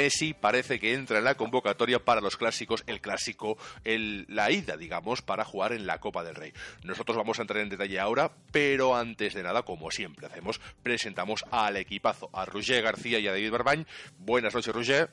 Messi parece que entra en la convocatoria para los clásicos, el clásico, la ida, digamos, para jugar en la Copa del Rey. Nosotros vamos a entrar en detalle ahora, pero antes de nada, como siempre hacemos, presentamos al equipazo, a Roger García y a David Barbany. Buenas noches, Roger.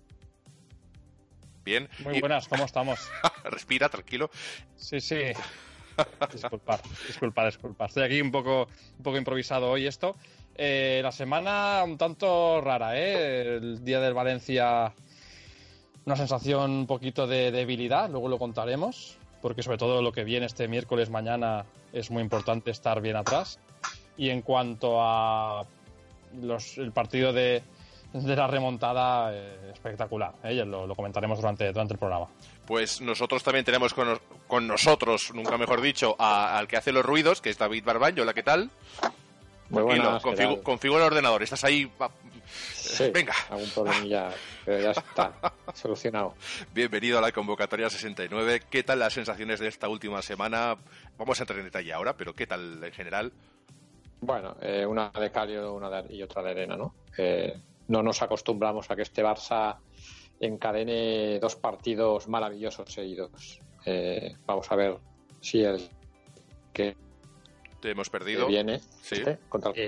Bien. Muy buenas, ¿cómo estamos? Respira, tranquilo. Sí. Disculpad. Estoy aquí un poco improvisado hoy esto. La semana un tanto rara, ¿eh? El día del Valencia, una sensación un poquito de debilidad, luego lo contaremos, porque sobre todo lo que viene este miércoles mañana es muy importante estar bien atrás. Y en cuanto a el partido de la remontada, espectacular, ¿eh? Lo comentaremos durante el programa. Pues nosotros también tenemos con nosotros, nunca mejor dicho, al que hace los ruidos, que es David Barbany. Hola, ¿qué tal? Muy buenas, configura el ordenador, estás ahí. Sí, venga. Algún problemilla, pero ya está solucionado. Bienvenido a la convocatoria 69. ¿Qué tal las sensaciones de esta última semana? Vamos a entrar en detalle ahora, pero ¿qué tal en general? Bueno, una de cal y otra de arena, ¿no? No nos acostumbramos a que este Barça encadene dos partidos maravillosos seguidos. Vamos a ver si el que te hemos perdido viene sí. Contra el...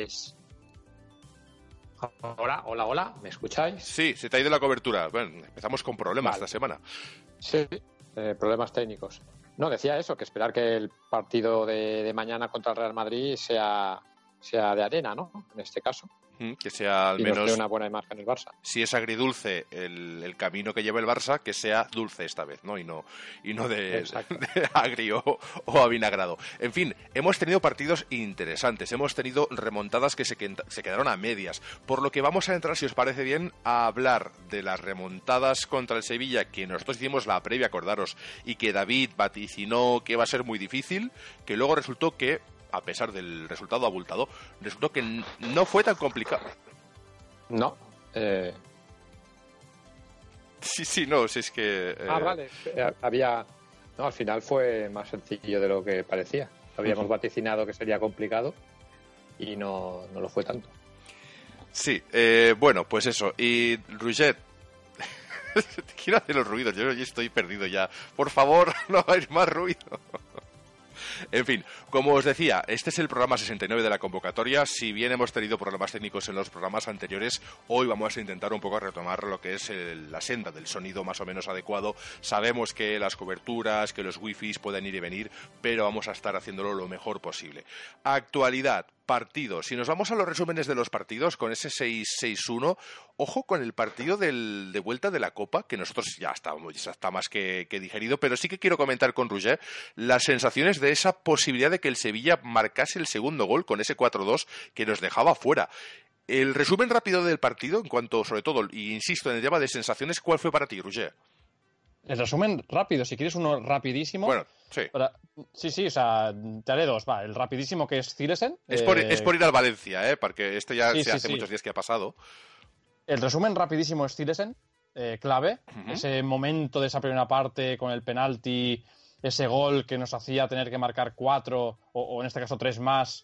Hola, ¿me escucháis? Sí, se te ha ido la cobertura. Bueno, empezamos con problemas esta semana. Sí, problemas técnicos. No, decía eso, que esperar que el partido de mañana contra el Real Madrid sea de arena, ¿no? En este caso. Que sea al menos... nos dé una buena imagen el Barça. Si es agridulce el camino que lleva el Barça, que sea dulce esta vez, ¿no? Y no de agrio o avinagrado. En fin, hemos tenido partidos interesantes, hemos tenido remontadas que se quedaron a medias, por lo que vamos a entrar, si os parece bien, a hablar de las remontadas contra el Sevilla, que nosotros hicimos la previa, acordaros, y que David vaticinó que iba a ser muy difícil, que luego resultó que, a pesar del resultado abultado, resultó que no fue tan complicado. No. Sí, no, si es que... vale. No, al final fue más sencillo de lo que parecía. Habíamos vaticinado que sería complicado y no lo fue tanto. Sí, bueno, pues eso. Y Roger, quiero hacer los ruidos, yo estoy perdido ya. Por favor, no hagáis más ruido. En fin, como os decía, este es el programa 69 de la convocatoria. Si bien hemos tenido problemas técnicos en los programas anteriores, hoy vamos a intentar un poco retomar lo que es la senda del sonido más o menos adecuado. Sabemos que las coberturas, que los wifis pueden ir y venir, pero vamos a estar haciéndolo lo mejor posible. Actualidad, partidos. Si nos vamos a los resúmenes de los partidos, con ese 6-6-1, ojo con el partido de vuelta de la Copa, que nosotros ya está más que digerido, pero sí que quiero comentar con Roger las sensaciones de esa posibilidad de que el Sevilla marcase el segundo gol con ese 4-2 que nos dejaba fuera. El resumen rápido del partido, en cuanto, sobre todo, y insisto en el tema de sensaciones, ¿cuál fue para ti, Roger? El resumen rápido, si quieres uno rapidísimo. Bueno, sí. Sí, o sea, te haré dos. Va, el rapidísimo que es Cilesen. Es por ir al Valencia, porque esto ya hace muchos días que ha pasado. El resumen rapidísimo es Cilesen, clave. Uh-huh. Ese momento de esa primera parte con el penalti, ese gol que nos hacía tener que marcar 4 o en este caso 3 más,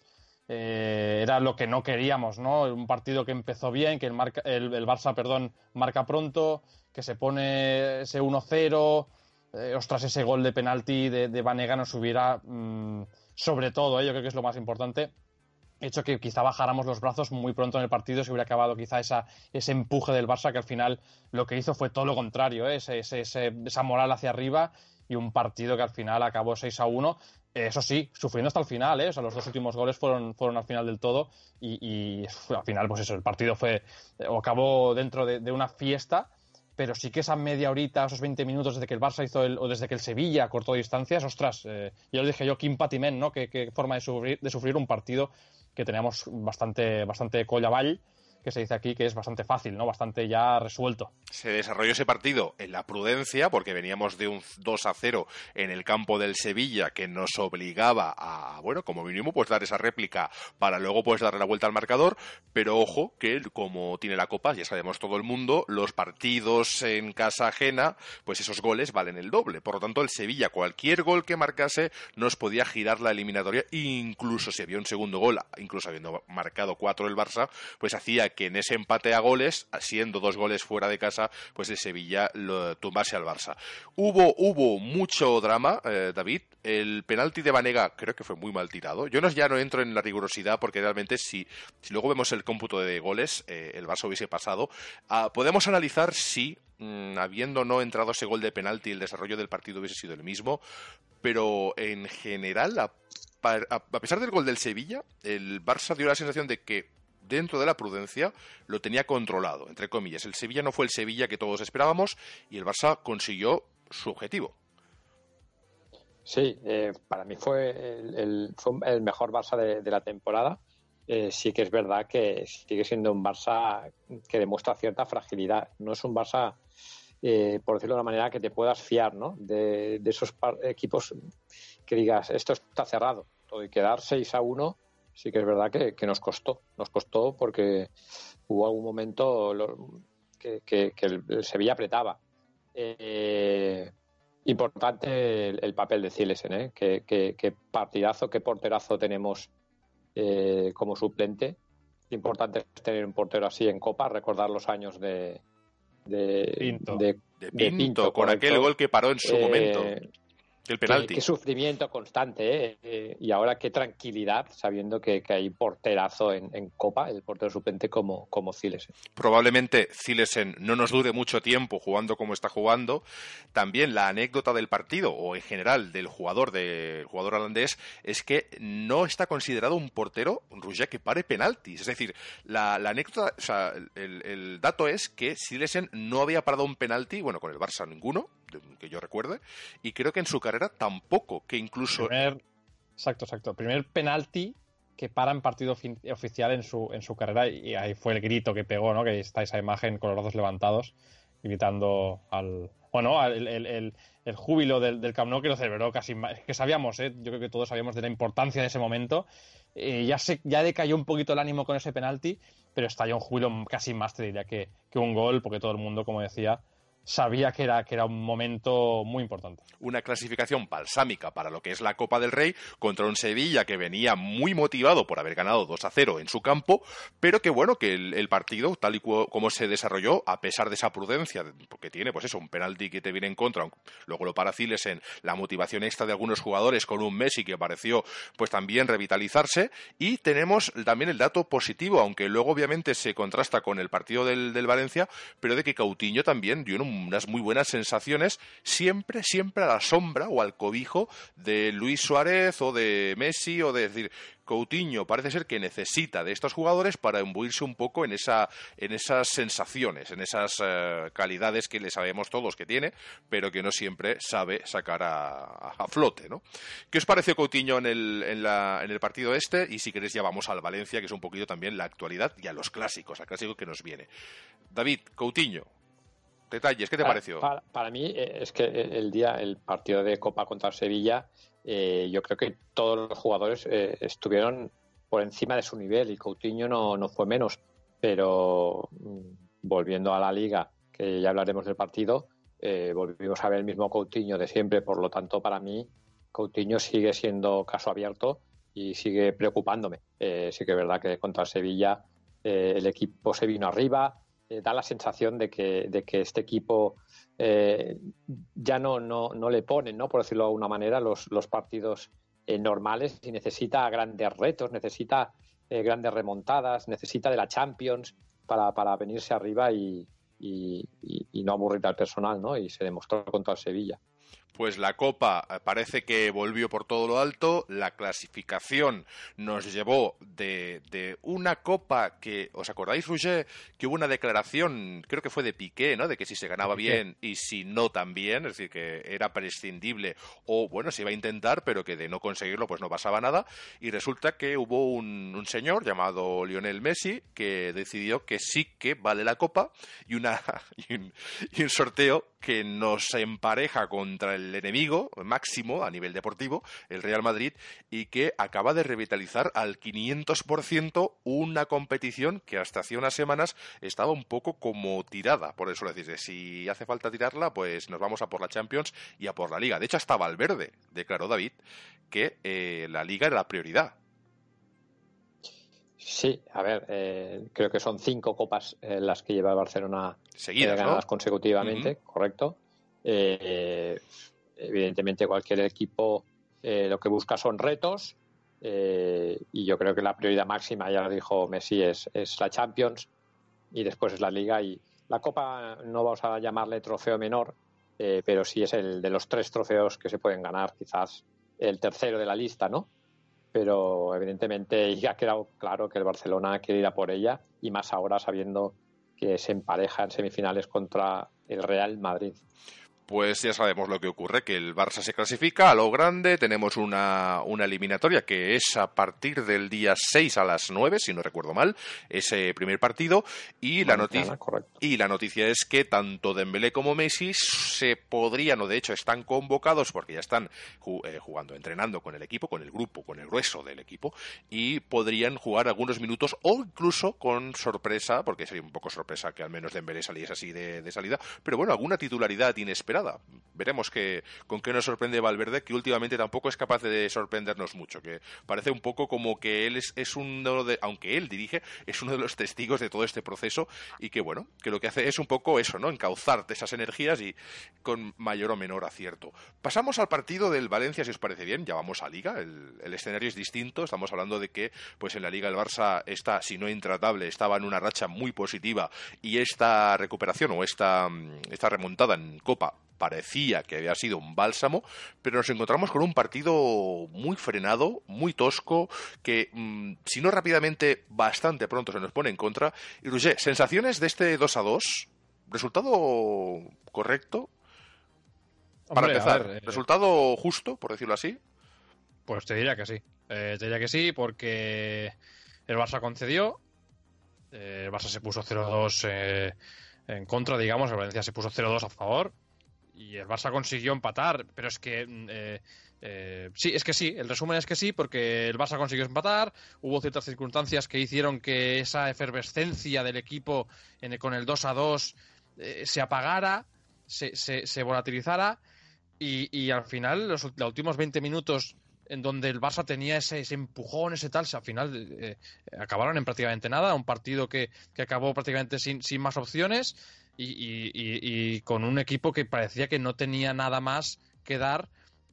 era lo que no queríamos, ¿no? Un partido que empezó bien, que el Barça, marca pronto, que se pone ese 1-0, ese gol de penalti de Banega nos hubiera, sobre todo, yo creo que es lo más importante, hecho que quizá bajáramos los brazos muy pronto en el partido, se hubiera acabado quizá ese empuje del Barça, que al final lo que hizo fue todo lo contrario, esa moral hacia arriba, y un partido que al final acabó 6-1, eso sí, sufriendo hasta el final, o sea, los dos últimos goles fueron al final del todo, y al final, pues eso, el partido acabó dentro de una fiesta, pero sí que esa media horita, esos 20 minutos desde que el Barça o desde que el Sevilla cortó distancias, ostras, ya lo dije yo, quin patiment, ¿no? Qué forma de sufrir un partido que teníamos bastante coll avall, que se dice aquí, que es bastante fácil, ¿no? Bastante ya resuelto. Se desarrolló ese partido en la prudencia, porque veníamos de un 2-0 en el campo del Sevilla, que nos obligaba a, como mínimo, pues dar esa réplica para luego pues darle la vuelta al marcador, pero ojo, que como tiene la Copa, ya sabemos todo el mundo, los partidos en casa ajena, pues esos goles valen el doble. Por lo tanto, el Sevilla, cualquier gol que marcase, nos podía girar la eliminatoria, incluso si había un segundo gol, incluso habiendo marcado 4 el Barça, pues hacía que en ese empate a goles, siendo 2 goles fuera de casa, pues el Sevilla tumbase al Barça. Hubo mucho drama, David. El penalti de Banega creo que fue muy mal tirado. Yo ya no entro en la rigurosidad porque realmente si luego vemos el cómputo de goles, el Barça hubiese pasado. Podemos analizar si, habiendo no entrado ese gol de penalti, el desarrollo del partido hubiese sido el mismo, pero en general, a pesar del gol del Sevilla, el Barça dio la sensación de que dentro de la prudencia lo tenía controlado, entre comillas. El Sevilla no fue el Sevilla que todos esperábamos y el Barça consiguió su objetivo. Sí, para mí fue el mejor Barça de la temporada. Sí que es verdad que sigue siendo un Barça que demuestra cierta fragilidad. No es un Barça, por decirlo de una manera, que te puedas fiar, ¿no? De esos equipos que digas, esto está cerrado. Todo y quedar 6-1, sí que es verdad que nos costó. Nos costó porque hubo algún momento que el Sevilla apretaba. Importante el papel de Zilesen, qué partidazo, qué porterazo tenemos como suplente. Importante es tener un portero así en Copa, recordar los años de Pinto, con aquel gol que paró en su momento. El penalti. Qué sufrimiento constante, y ahora qué tranquilidad sabiendo que hay porterazo en Copa, el portero suplente como Zilesen. Probablemente Zilesen no nos dure mucho tiempo jugando como está jugando. También la anécdota del partido, o en general del jugador holandés, es que no está considerado un portero, Roger, que pare penaltis. Es decir, la anécdota, o sea, el dato es que Zilesen no había parado un penalti, bueno, con el Barça ninguno, que yo recuerde, y creo que en su carrera tampoco, que incluso... Exacto. Primer penalti que para en partido oficial en su carrera, y ahí fue el grito que pegó, ¿no? Que está esa imagen con los brazos levantados, gritando el júbilo del Camp Nou, que lo celebró casi más. Es que sabíamos, yo creo que todos sabíamos de la importancia de ese momento. Ya decayó un poquito el ánimo con ese penalti, pero estalló un júbilo casi más, te diría, que un gol, porque todo el mundo, como decía, sabía que era un momento muy importante. Una clasificación balsámica para lo que es la Copa del Rey contra un Sevilla que venía muy motivado por haber ganado 2-0 en su campo, pero que bueno, que el partido, tal y como se desarrolló, a pesar de esa prudencia, porque tiene pues eso, un penalti que te viene en contra, luego lo para Zilesen, la motivación extra de algunos jugadores con un Messi que pareció pues también revitalizarse, y tenemos también el dato positivo, aunque luego obviamente se contrasta con el partido del Valencia, pero de que Coutinho también dio unas muy buenas sensaciones, siempre a la sombra o al cobijo de Luis Suárez o de Messi, o de decir, Coutinho parece ser que necesita de estos jugadores para imbuirse un poco en esas sensaciones, en esas calidades que le sabemos todos que tiene, pero que no siempre sabe sacar a flote, ¿no? ¿Qué os pareció Coutinho en el partido este? Y si queréis ya vamos al Valencia, que es un poquito también la actualidad, y a los clásicos, al clásico que nos viene. David, Coutinho, detalles, ¿qué te pareció? Para mí es que el partido de Copa contra Sevilla, yo creo que todos los jugadores estuvieron por encima de su nivel, y Coutinho no fue menos, pero volviendo a la Liga, que ya hablaremos del partido, volvimos a ver el mismo Coutinho de siempre. Por lo tanto, para mí Coutinho sigue siendo caso abierto y sigue preocupándome. Sí que es verdad que contra Sevilla el equipo se vino arriba. Da la sensación de que este equipo ya no le ponen, ¿no? Por decirlo de alguna manera, los partidos normales, y necesita grandes retos, necesita grandes remontadas, necesita de la Champions para venirse arriba y no aburrir al personal, ¿no? Y se demostró contra el Sevilla. Pues la Copa parece que volvió por todo lo alto. La clasificación nos llevó de una Copa que, ¿os acordáis, Roger? Que hubo una declaración, creo que fue de Piqué, ¿no? De que si se ganaba bien y si no también, es decir, que era prescindible, o bueno, se iba a intentar, pero que de no conseguirlo pues no pasaba nada. Y resulta que hubo un señor llamado Lionel Messi que decidió que sí que vale la Copa, y un sorteo que nos empareja contra el enemigo máximo a nivel deportivo, el Real Madrid, y que acaba de revitalizar al 500% una competición que hasta hace unas semanas estaba un poco como tirada. Por eso decís, si hace falta tirarla, pues nos vamos a por la Champions y a por la Liga. De hecho, hasta Valverde declaró, David, que la Liga era la prioridad. Sí, a ver, creo que son 5 copas las que lleva el Barcelona seguidas, ganadas ¿no? consecutivamente, correcto. Evidentemente cualquier equipo lo que busca son retos y yo creo que la prioridad máxima, ya lo dijo Messi, es la Champions y después es la Liga, y la Copa no vamos a llamarle trofeo menor, pero sí es el de los 3 trofeos que se pueden ganar, quizás el tercero de la lista, ¿no? Pero evidentemente ya ha quedado claro que el Barcelona quiere ir a por ella, y más ahora sabiendo que se empareja en semifinales contra el Real Madrid. Pues ya sabemos lo que ocurre, que el Barça se clasifica a lo grande, tenemos una eliminatoria que es a partir del día 6 a las 9, si no recuerdo mal, ese primer partido, y la noticia es que tanto Dembélé como Messi se podrían, o de hecho están convocados porque ya están jugando, entrenando con el equipo, con el grupo, con el grueso del equipo, y podrían jugar algunos minutos o incluso con sorpresa, porque sería un poco sorpresa que al menos Dembélé saliese así de salida, pero bueno, alguna titularidad inesperada. Veremos con qué nos sorprende Valverde, que últimamente tampoco es capaz de sorprendernos mucho, que parece un poco como que él es uno de, aunque él dirige, es uno de los testigos de todo este proceso, y que bueno, que lo que hace es un poco eso, ¿no? Encauzar esas energías y con mayor o menor acierto. Pasamos al partido del Valencia, si os parece bien, ya vamos a Liga, el escenario es distinto, estamos hablando de que pues en la Liga el Barça está, si no intratable, estaba en una racha muy positiva, y esta recuperación o esta remontada en Copa parecía que había sido un bálsamo, pero nos encontramos con un partido muy frenado, muy tosco, que si no rápidamente, bastante pronto se nos pone en contra. Y Roger, sensaciones de este 2-2, resultado correcto. Para Hombre, empezar, a ver, resultado justo, por decirlo así. pues te diría que sí. Te diría que sí, porque el Barça concedió, el Barça se puso 0-2 en contra, digamos, el Valencia se puso 0-2 a favor, y el Barça consiguió empatar, pero es que sí, es que sí, el resumen es que sí, porque el Barça consiguió empatar, hubo ciertas circunstancias que hicieron que esa efervescencia del equipo con el 2-2 se apagara, se volatilizara, y al final, los últimos 20 minutos en donde el Barça tenía ese empujón, ese tal, al final acabaron en prácticamente nada, un partido que acabó prácticamente sin más opciones, y con un equipo que parecía que no tenía nada más que dar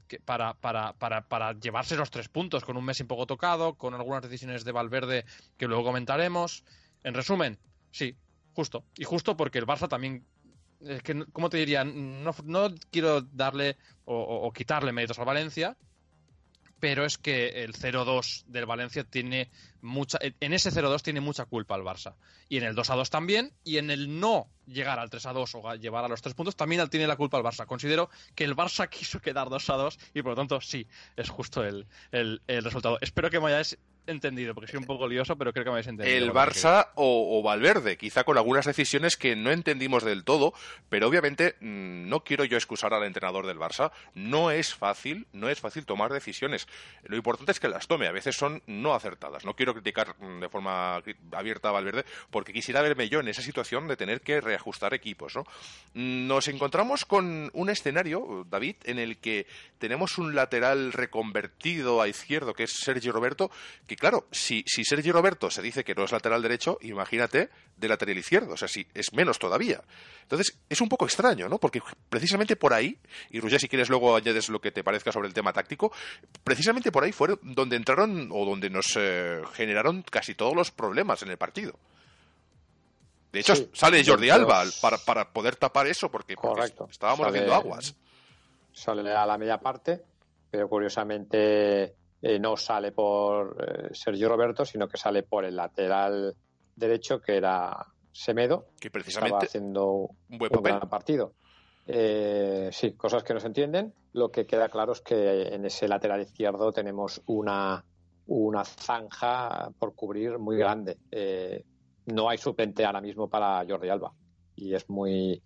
para llevarse los 3 puntos, con un Messi un poco tocado, con algunas decisiones de Valverde que luego comentaremos. En resumen, sí, justo. Y justo porque el Barça también, es que, ¿cómo te diría? No quiero darle o quitarle méritos al Valencia, pero es que el 0-2 del Valencia tiene en ese 0-2 tiene mucha culpa el Barça, y en el 2-2 también, y en el no llegar al 3-2 o llevar a los 3 puntos también tiene la culpa el Barça. Considero que el Barça quiso quedar 2-2 y por lo tanto sí, es justo el resultado. Espero que me hayáis entendido, porque soy un poco lioso, pero creo que me habéis entendido. El Barça o Valverde, quizá con algunas decisiones que no entendimos del todo, pero obviamente no quiero yo excusar al entrenador del Barça. No es fácil tomar decisiones. Lo importante es que las tome, a veces son no acertadas. No quiero criticar de forma abierta a Valverde, porque quisiera verme yo en esa situación de tener que reajustar equipos, ¿no? Nos encontramos con un escenario, David, en el que tenemos un lateral reconvertido a izquierdo, que es Sergi Roberto, que claro, si Sergi Roberto se dice que no es lateral derecho, imagínate de lateral izquierdo, o sea, si es menos todavía. Entonces, es un poco extraño, ¿no? Porque precisamente por ahí, y Roger, si quieres luego añades lo que te parezca sobre el tema táctico, precisamente por ahí fue donde entraron o donde nos generaron casi todos los problemas en el partido. De hecho, sí, sale Jordi Alba para poder tapar eso, porque estábamos haciendo aguas. Sale a la media parte, pero curiosamente no sale por Sergio Roberto, sino que sale por el lateral derecho, que era Semedo, que precisamente estaba haciendo un gran partido. Sí, cosas que no se entienden. Lo que queda claro es que en ese lateral izquierdo tenemos una zanja por cubrir muy grande. No hay suplente ahora mismo para Jordi Alba, y es muy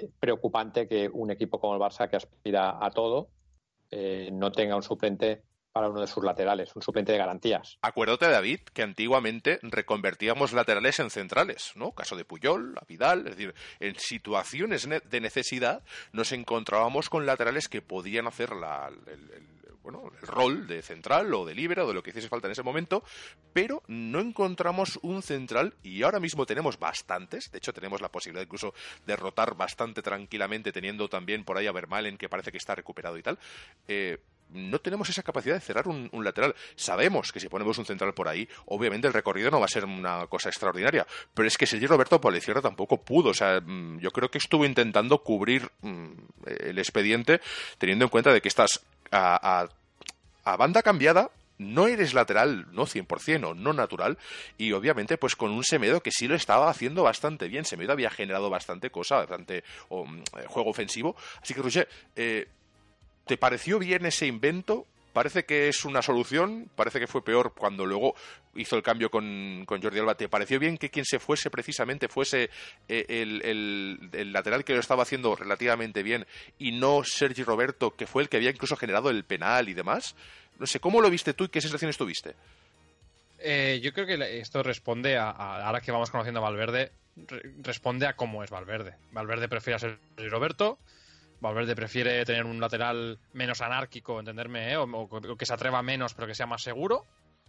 preocupante que un equipo como el Barça, que aspira a todo, no tenga un suplente para uno de sus laterales, un suplente de garantías. Acuérdate, David, que antiguamente reconvertíamos laterales en centrales, ¿no? Caso de Puyol, a Vidal, es decir, en situaciones de necesidad nos encontrábamos con laterales que podían hacer el rol de central o de líbero o de lo que hiciese falta en ese momento, pero no encontramos un central y ahora mismo tenemos bastantes. De hecho, tenemos la posibilidad incluso de rotar bastante tranquilamente, teniendo también por ahí a Vermaelen, que parece que está recuperado y tal. No tenemos esa capacidad de cerrar un lateral. Sabemos que si ponemos un central por ahí, obviamente el recorrido no va a ser una cosa extraordinaria, pero es que Sergi Roberto por la izquierda tampoco pudo. O sea, yo creo que estuvo intentando cubrir el expediente, teniendo en cuenta de que estás a banda cambiada, no eres lateral, no 100% o no natural, y obviamente pues con un Semedo que sí lo estaba haciendo bastante bien. Semedo había generado bastante cosa, bastante juego ofensivo. Así que, Roger, ¿te pareció bien ese invento? Parece que es una solución, parece que fue peor cuando luego hizo el cambio con Jordi Alba. ¿Te pareció bien que quien se fuese precisamente fuese el lateral que lo estaba haciendo relativamente bien y no Sergi Roberto, que fue el que había incluso generado el penal y demás? No sé, ¿cómo lo viste tú y qué sensaciones tuviste? Yo creo que esto responde ahora que vamos conociendo a Valverde, responde a cómo es Valverde. Valverde prefiere a Sergi Roberto. Valverde prefiere tener un lateral menos anárquico, entenderme, o que se atreva menos, pero que sea más seguro.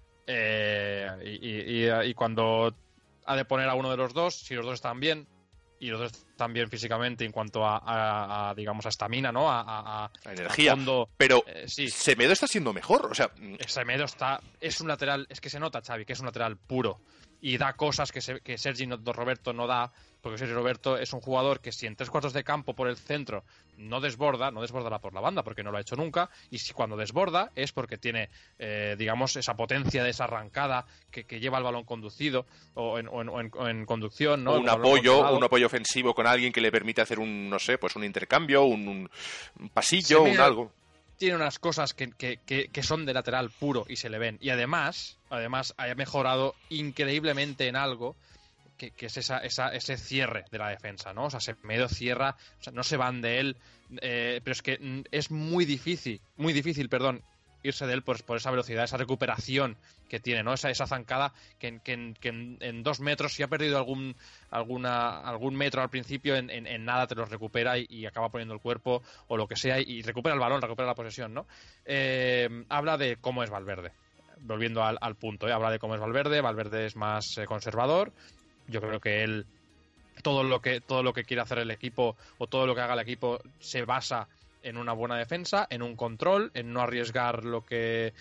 Y cuando ha de poner a uno de los dos, si los dos están bien, y los dos están bien físicamente en cuanto a digamos, a estamina, ¿no? A energía. Fondo, pero sí. Semedo está siendo mejor, o sea... Semedo es un lateral, es que se nota, Xavi, que es un lateral puro. Y da cosas que Sergi Roberto no da, porque Sergi Roberto es un jugador que si en 3/4 de campo por el centro no desborda por la banda, porque no lo ha hecho nunca, y si cuando desborda es porque tiene, digamos, esa potencia de esa arrancada que lleva el balón conducido o en conducción, ¿no? O un apoyo ofensivo con alguien que le permite hacer un intercambio, un pasillo, un algo. Tiene unas cosas que son de lateral puro y se le ven. Y además ha mejorado increíblemente en algo que es ese cierre de la defensa, ¿no? O sea, Semedo cierra, o sea, no se van de él, pero es que es muy difícil, irse de él por esa velocidad, esa recuperación que tiene, ¿no? Esa zancada que en 2 metros, si ha perdido algún metro al principio, en nada te lo recupera y acaba poniendo el cuerpo o lo que sea y recupera el balón, recupera la posesión, ¿no? Habla de cómo es Valverde. Volviendo al punto, habla de cómo es Valverde. Valverde es más conservador. Yo creo que él todo lo que quiere hacer el equipo o todo lo que haga el equipo se basa en una buena defensa, en un control, en no arriesgar lo que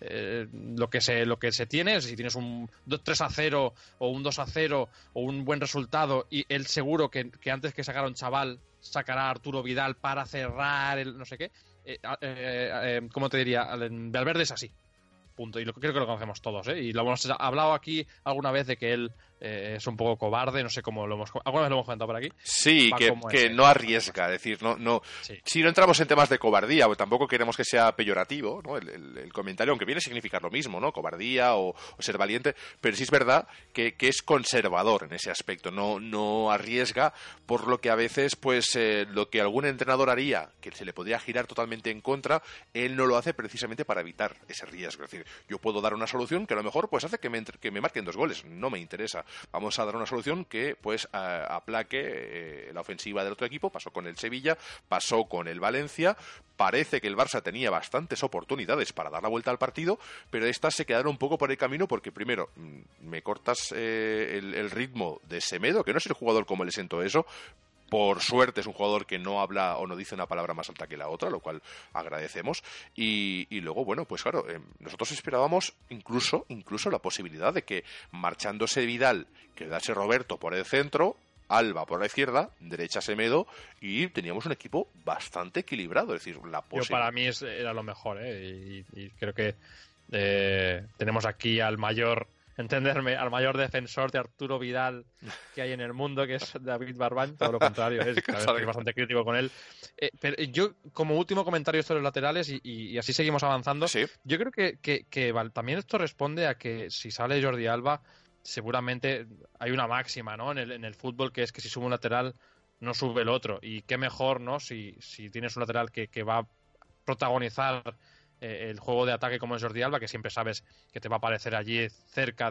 se tiene. Si tienes un 3-0 o un 2-0 o un buen resultado, y él seguro que antes que sacar a un chaval sacará a Arturo Vidal para cerrar el no sé qué. ¿Cómo te diría? Valverde es así. Punto. Y creo que lo conocemos todos, ¿eh? Y lo hemos hablado aquí alguna vez de que él es un poco cobarde, no sé cómo alguna vez lo hemos comentado por aquí. Sí, que no arriesga, es decir, no. Sí. Si no entramos en temas de cobardía, pues tampoco queremos que sea peyorativo, ¿no? El comentario, aunque viene a significar lo mismo, ¿no? Cobardía o ser valiente, pero sí es verdad que es conservador en ese aspecto, no arriesga, por lo que a veces, pues, lo que algún entrenador haría, que se le podría girar totalmente en contra, él no lo hace precisamente para evitar ese riesgo. Es decir, yo puedo dar una solución que a lo mejor pues hace que me marquen 2 goles, no me interesa. Vamos a dar una solución que pues aplaque la ofensiva del otro equipo. Pasó con el Sevilla, pasó con el Valencia. Parece que el Barça tenía bastantes oportunidades para dar la vuelta al partido, pero estas se quedaron un poco por el camino porque primero me cortas el ritmo de Semedo, que no es el jugador como le siento eso. Por suerte es un jugador que no habla o no dice una palabra más alta que la otra, lo cual agradecemos. Y luego, bueno, pues claro, nosotros esperábamos incluso la posibilidad de que marchándose Vidal, quedase Roberto por el centro, Alba por la izquierda, derecha Semedo, y teníamos un equipo bastante equilibrado. Es decir, para mí era lo mejor, ¿eh? Y creo que tenemos aquí al mayor defensor de Arturo Vidal que hay en el mundo, que es David Barbán. Todo lo contrario, es bastante crítico con él. Pero yo, como último comentario esto de los laterales, y así seguimos avanzando, ¿sí? Yo creo que también esto responde a que si sale Jordi Alba, seguramente hay una máxima, ¿no? en el fútbol, que es que si sube un lateral no sube el otro, y qué mejor, ¿no? Si tienes un lateral que va a protagonizar el juego de ataque como es Jordi Alba, que siempre sabes que te va a aparecer allí cerca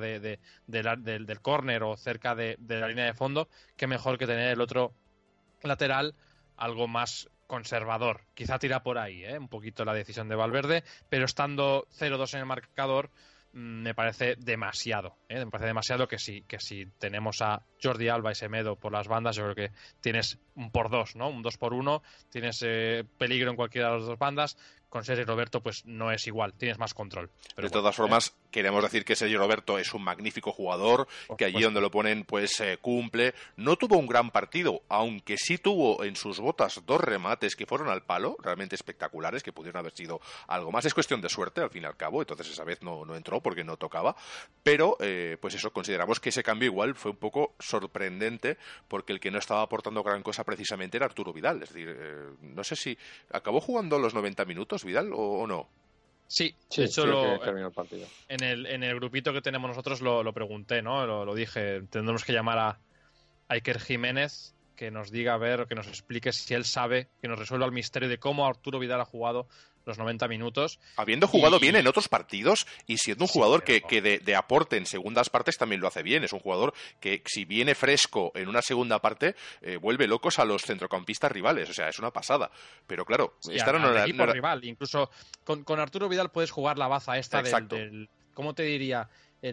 del córner o cerca de la línea de fondo, qué mejor que tener el otro lateral algo más conservador. Quizá tira por ahí, un poquito la decisión de Valverde, pero estando 0-2 en el marcador, me parece demasiado. Me parece demasiado que si tenemos a Jordi Alba y Semedo por las bandas, yo creo que tienes un por dos, ¿no? Un 2-1, tienes peligro en cualquiera de las dos bandas. Con Sergi Roberto pues no es igual, tienes más control. Pero de todas formas, queremos decir que Sergi Roberto es un magnífico jugador, que allí donde lo ponen pues cumple. No tuvo un gran partido, aunque sí tuvo en sus botas 2 remates que fueron al palo, realmente espectaculares, que pudieron haber sido algo más. Es cuestión de suerte, al fin y al cabo, entonces esa vez no entró porque no tocaba. Pero, pues eso, consideramos que ese cambio igual fue un poco sorprendente, porque el que no estaba aportando gran cosa precisamente era Arturo Vidal. Es decir, no sé si acabó jugando los 90 minutos Vidal o no. Sí, de hecho terminó el partido. En el grupito que tenemos nosotros lo pregunté, ¿no? Lo dije, tendremos que llamar a Iker Jiménez que nos diga, a ver, que nos explique si él sabe, que nos resuelva el misterio de cómo Arturo Vidal ha jugado los 90 minutos. Habiendo jugado bien en otros partidos y siendo un jugador que de aporte en segundas partes también lo hace bien. Es un jugador que si viene fresco en una segunda parte vuelve locos a los centrocampistas rivales. O sea, es una pasada. Pero claro, esta no era rival. Incluso con Arturo Vidal puedes jugar la baza esta del ¿cómo te diría?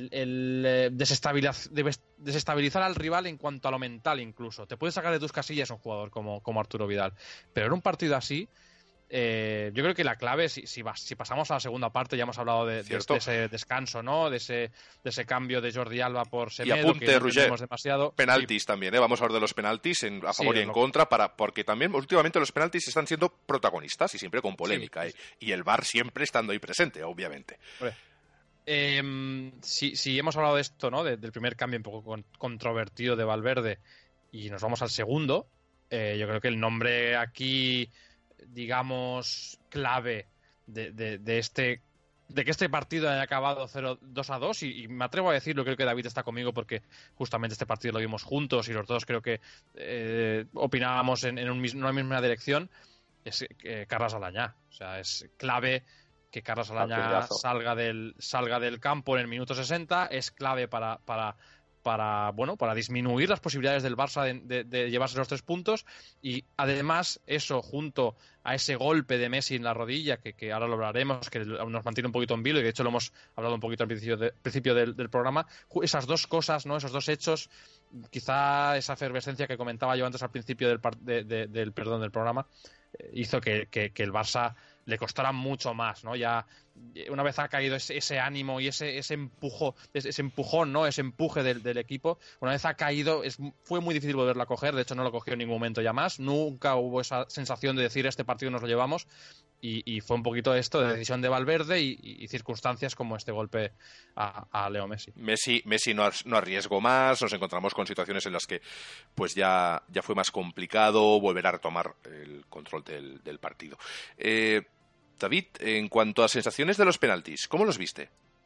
El desestabilizar al rival en cuanto a lo mental incluso. Te puedes sacar de tus casillas un jugador como Arturo Vidal. Pero en un partido así, yo creo que la clave, si pasamos a la segunda parte, ya hemos hablado de ese descanso, ¿no? De ese cambio de Jordi Alba por Semedo, y apunte, que no Roger, demasiado. Penaltis también, vamos a hablar de los penaltis a favor y en contra, porque también últimamente los penaltis están siendo protagonistas y siempre con polémica, y el VAR siempre estando ahí presente, obviamente. Si hemos hablado de esto, ¿no? Del primer cambio un poco controvertido de Valverde, y nos vamos al segundo, yo creo que el nombre aquí, digamos, clave de que este partido haya acabado 2-2, y me atrevo a decirlo, creo que David está conmigo porque justamente este partido lo vimos juntos y los dos creo que opinábamos en una misma dirección, es Carles Alanyà. O sea, es clave que Carles Alanyà salga del campo en el minuto 60, es clave para disminuir las posibilidades del Barça de llevarse los 3 puntos, y además eso junto a ese golpe de Messi en la rodilla que ahora lo hablaremos, que nos mantiene un poquito en vilo, y de hecho lo hemos hablado un poquito al principio del programa. Esas dos cosas, ¿no? Esos dos hechos, quizá esa efervescencia que comentaba yo antes al principio del programa, hizo que el Barça le costará mucho más, ¿no? Ya una vez ha caído ese ánimo y ese empujón, ¿no? Ese empuje del equipo, una vez ha caído, fue muy difícil volverlo a coger. De hecho, no lo cogió en ningún momento ya más. Nunca hubo esa sensación de decir, este partido nos lo llevamos, y fue un poquito esto de decisión de Valverde y circunstancias como este golpe a Leo Messi. Messi no arriesgó más, nos encontramos con situaciones en las que pues ya fue más complicado volver a retomar el control del partido. David, en cuanto a sensaciones de los penaltis, ¿cómo los viste?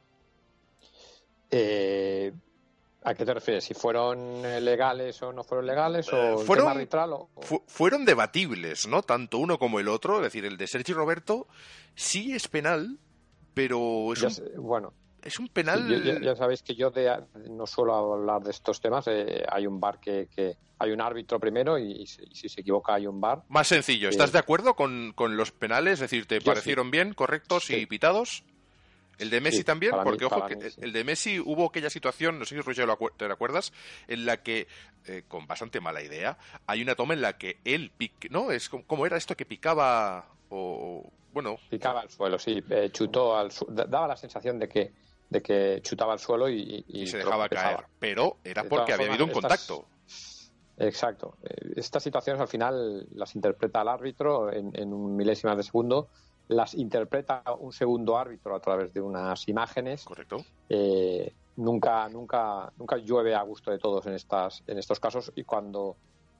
¿A qué te refieres? ¿Si fueron legales o no fueron legales? ¿O el tema arbitral? Fueron debatibles, ¿no? Tanto uno como el otro. Es decir, el de Sergi Roberto sí es penal, pero es un penal... Sí, ya sabéis que yo no suelo hablar de estos temas. Hay un VAR que hay un árbitro primero, y si se equivoca hay un VAR. Más sencillo, ¿estás de acuerdo con los penales? Es decir, ¿te parecieron bien, correctos y pitados? ¿El de Messi también? Porque, ojo, que el de Messi hubo aquella situación, no sé si Roger te acuerdas, en la que, con bastante mala idea, hay una toma en la que él ¿no? ¿Cómo era esto que picaba? Picaba al suelo, sí. Chutó al suelo. Daba la sensación de que chutaba al suelo y se dejaba caer. Pero era porque había habido un contacto. Exacto. Estas situaciones al final las interpreta el árbitro en un milésimas de segundo. Las interpreta un segundo árbitro a través de unas imágenes. Correcto. Nunca llueve a gusto de todos en estos casos, y cuando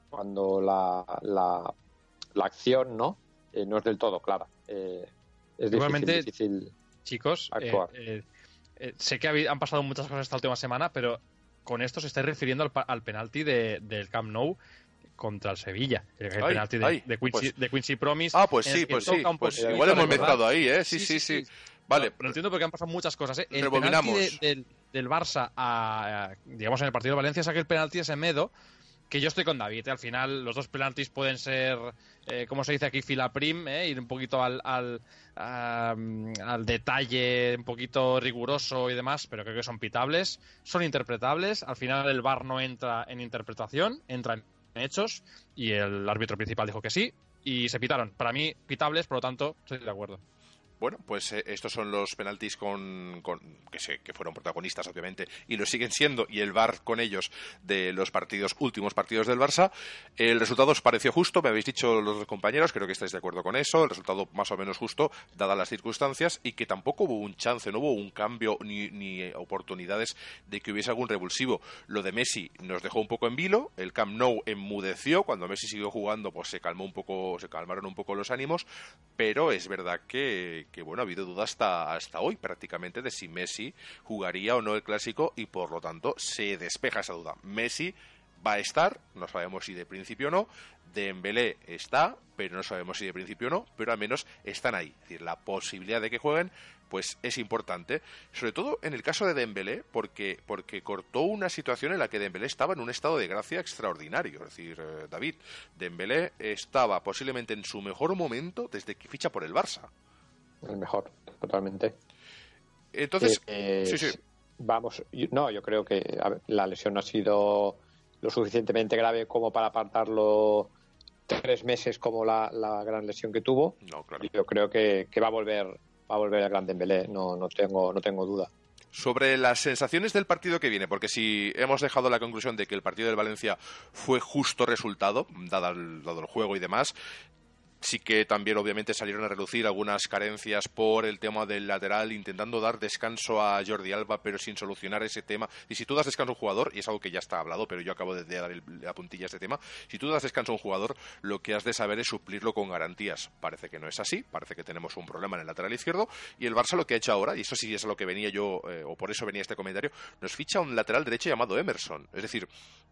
la acción no es del todo clara. Es difícil, chicos, actuar. Sé que han pasado muchas cosas esta última semana, pero con esto se está refiriendo al penalti del Camp Nou, contra el Sevilla. El Ay, penalti de Quincy Promise. Pues sí, pues igual hemos mezclado ahí, ¿eh? Sí. Vale. No entiendo porque han pasado muchas cosas, ¿eh? El Rebobinamos. penalti del Barça digamos, en el partido de Valencia, saqué el penalti de Semedo, que yo estoy con David, ¿eh? Al final los dos penaltis pueden ser, como se dice aquí, filaprim, ir un poquito al detalle, un poquito riguroso y demás, pero creo que son pitables, son interpretables. Al final el VAR no entra en interpretación, entra en hechos, y el árbitro principal dijo que sí, y se pitaron. Para mí, pitables, por lo tanto, estoy de acuerdo. Bueno, pues estos son los penaltis que fueron protagonistas, obviamente, y lo siguen siendo, y el VAR con ellos, de los últimos partidos del Barça. El resultado os pareció justo, me habéis dicho los compañeros, creo que estáis de acuerdo con eso, el resultado más o menos justo, dadas las circunstancias, y que tampoco hubo un chance, no hubo un cambio ni oportunidades de que hubiese algún revulsivo. Lo de Messi nos dejó un poco en vilo, el Camp Nou enmudeció, cuando Messi siguió jugando, pues se calmaron un poco los ánimos, pero es verdad que bueno, ha habido duda hasta hoy prácticamente de si Messi jugaría o no el Clásico, y por lo tanto se despeja esa duda. Messi va a estar, no sabemos si de principio o no. Dembélé está, pero no sabemos si de principio o no, pero al menos están ahí. Es decir, la posibilidad de que jueguen pues es importante, sobre todo en el caso de Dembélé, porque cortó una situación en la que Dembélé estaba en un estado de gracia extraordinario. Es decir, David, Dembélé estaba posiblemente en su mejor momento desde que ficha por el Barça. El mejor, totalmente. Entonces, sí. Yo creo que la lesión no ha sido lo suficientemente grave como para apartarlo 3 meses como la gran lesión que tuvo. No, claro. Yo creo que va a volver el gran Dembélé, no tengo duda. Sobre las sensaciones del partido que viene, porque si hemos dejado la conclusión de que el partido del Valencia fue justo resultado, dado el juego y demás, sí que también obviamente salieron a relucir algunas carencias por el tema del lateral, intentando dar descanso a Jordi Alba, pero sin solucionar ese tema. Y si tú das descanso a un jugador, y es algo que ya está hablado, pero yo acabo de dar la puntilla a este tema, si tú das descanso a un jugador, lo que has de saber es suplirlo con garantías. Parece que no es así, parece que tenemos un problema en el lateral izquierdo, y el Barça lo que ha hecho ahora, y eso sí es a lo que venía yo, o por eso venía este comentario, nos ficha un lateral derecho llamado Emerson. Es decir,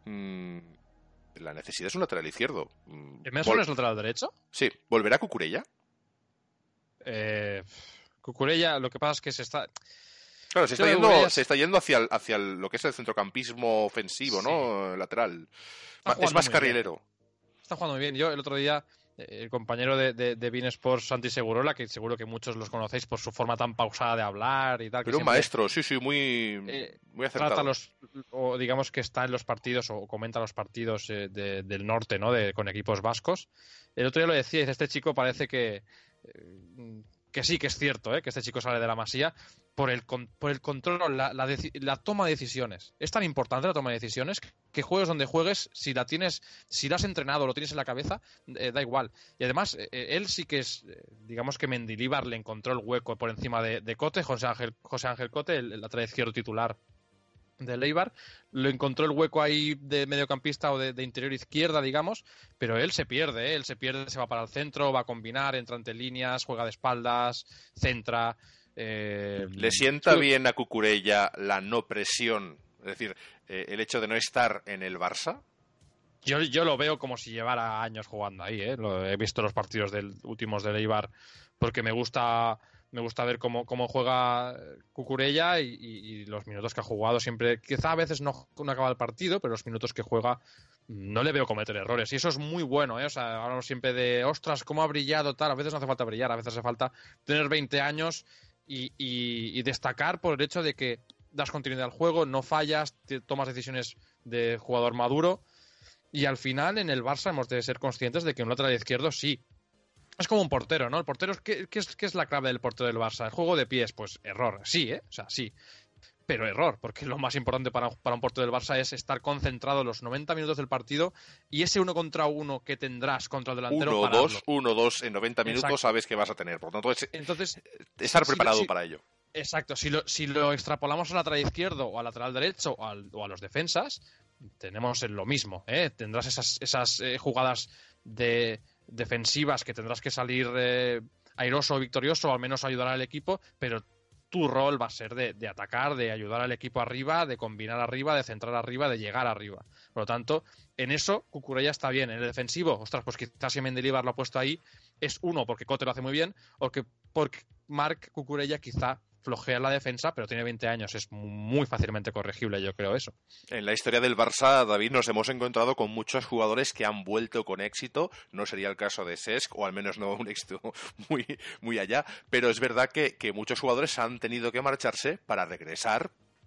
la necesidad es un lateral izquierdo. ¿Emerson es lateral derecho? Sí. ¿Volverá Cucurella? Cucurella, lo que pasa es que se está... Claro, se está yendo hacia lo que es el centrocampismo ofensivo, sí. ¿No? Lateral. Es más carrilero. Está jugando muy bien. Yo el otro día, el compañero de Bein Sports, Santi Segurola, que seguro que muchos los conocéis por su forma tan pausada de hablar y tal. Pero un maestro, sí, muy acertado. Trata o digamos que está en los partidos o comenta los partidos del norte, ¿no? Con equipos vascos. El otro día lo decía, dice, este chico parece que sí, que es cierto, que este chico sale de la Masía por el control, la toma de decisiones. Es tan importante la toma de decisiones que juegues donde juegues, si la has entrenado, lo tienes en la cabeza, da igual. Y además, él sí que es, digamos que Mendilibar le encontró el hueco por encima de Cote, José Ángel Cote, el lateral izquierdo titular del Eibar, lo encontró el hueco ahí de mediocampista o de interior izquierda, digamos, pero él se pierde, se va para el centro, va a combinar, entra entre líneas, juega de espaldas, centra. ¿Le sienta bien a Cucurella la no presión? Es decir, el hecho de no estar en el Barça. Yo lo veo como si llevara años jugando ahí, he visto los partidos últimos del Eibar porque me gusta ver cómo juega Cucurella y los minutos que ha jugado siempre. Quizá a veces no acaba el partido, pero los minutos que juega no le veo cometer errores. Y eso es muy bueno, O sea, hablamos siempre de, ostras, cómo ha brillado, tal. A veces no hace falta brillar, a veces hace falta tener 20 años y destacar por el hecho de que das continuidad al juego, no fallas, tomas decisiones de jugador maduro. Y al final, en el Barça hemos de ser conscientes de que un lateral izquierdo sí. Es como un portero, ¿no? El portero, ¿qué es la clave del portero del Barça? El juego de pies, pues error, sí, O sea, sí. Pero error, porque lo más importante para un portero del Barça es estar concentrado los 90 minutos del partido y ese 1 contra 1 que tendrás contra el delantero. 1-2 en 90 minutos. Exacto. Sabes que vas a tener. Por lo tanto, entonces estar preparado para ello. Exacto. Si lo extrapolamos al lateral izquierdo o al lateral derecho o a los defensas, tenemos lo mismo, Tendrás esas jugadas defensivas que tendrás que salir airoso o victorioso, o al menos ayudar al equipo, pero tu rol va a ser de atacar, de ayudar al equipo arriba, de combinar arriba, de centrar arriba, de llegar arriba. Por lo tanto, en eso Cucurella está bien. En el defensivo, ostras, pues quizás si Mendilibar lo ha puesto ahí, es uno, porque Cote lo hace muy bien, o que porque Marc Cucurella quizá flojea la defensa, pero tiene 20 años, es muy fácilmente corregible, yo creo eso. En la historia del Barça, David, nos hemos encontrado con muchos jugadores que han vuelto con éxito, no sería el caso de Cesc, o al menos no un éxito muy, muy allá, pero es verdad que muchos jugadores han tenido que marcharse para regresar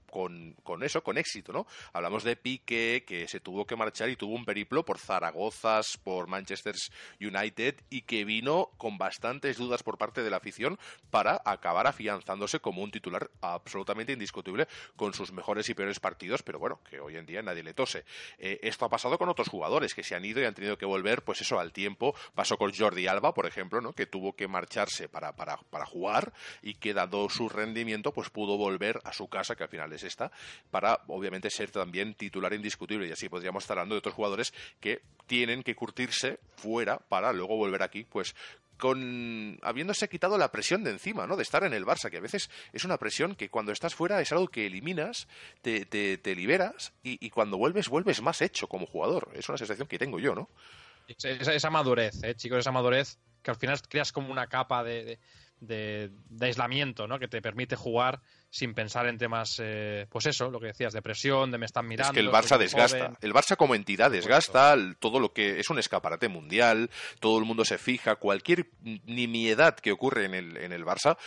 con éxito, ¿no? Hablamos de Piqué, que se tuvo que marchar y tuvo un periplo por Zaragozas, por Manchester United, y que vino con bastantes dudas por parte de la afición para acabar afianzándose como un titular absolutamente indiscutible con sus mejores y peores partidos, pero bueno, que hoy en día nadie le tose. Esto ha pasado con otros jugadores que se han ido y han tenido que volver, pues eso, al tiempo. Pasó con Jordi Alba, por ejemplo, ¿no? Que tuvo que marcharse para jugar y que, dado su rendimiento, pues pudo volver a su casa, que al final es esta, para obviamente ser también titular indiscutible, y así podríamos estar hablando de otros jugadores que tienen que curtirse fuera para luego volver aquí, pues habiéndose quitado la presión de encima, ¿no? De estar en el Barça, que a veces es una presión que cuando estás fuera es algo que eliminas, te liberas y cuando vuelves más hecho como jugador. Es una sensación que tengo yo, ¿no? Esa madurez, chicos, esa madurez que al final creas como una capa de aislamiento, ¿no? Que te permite jugar sin pensar en temas, pues eso, lo que decías, de presión, de me están mirando. Es que el Barça desgasta. Joven. El Barça como entidad desgasta todo lo que es un escaparate mundial, todo el mundo se fija, cualquier nimiedad que ocurre en el Barça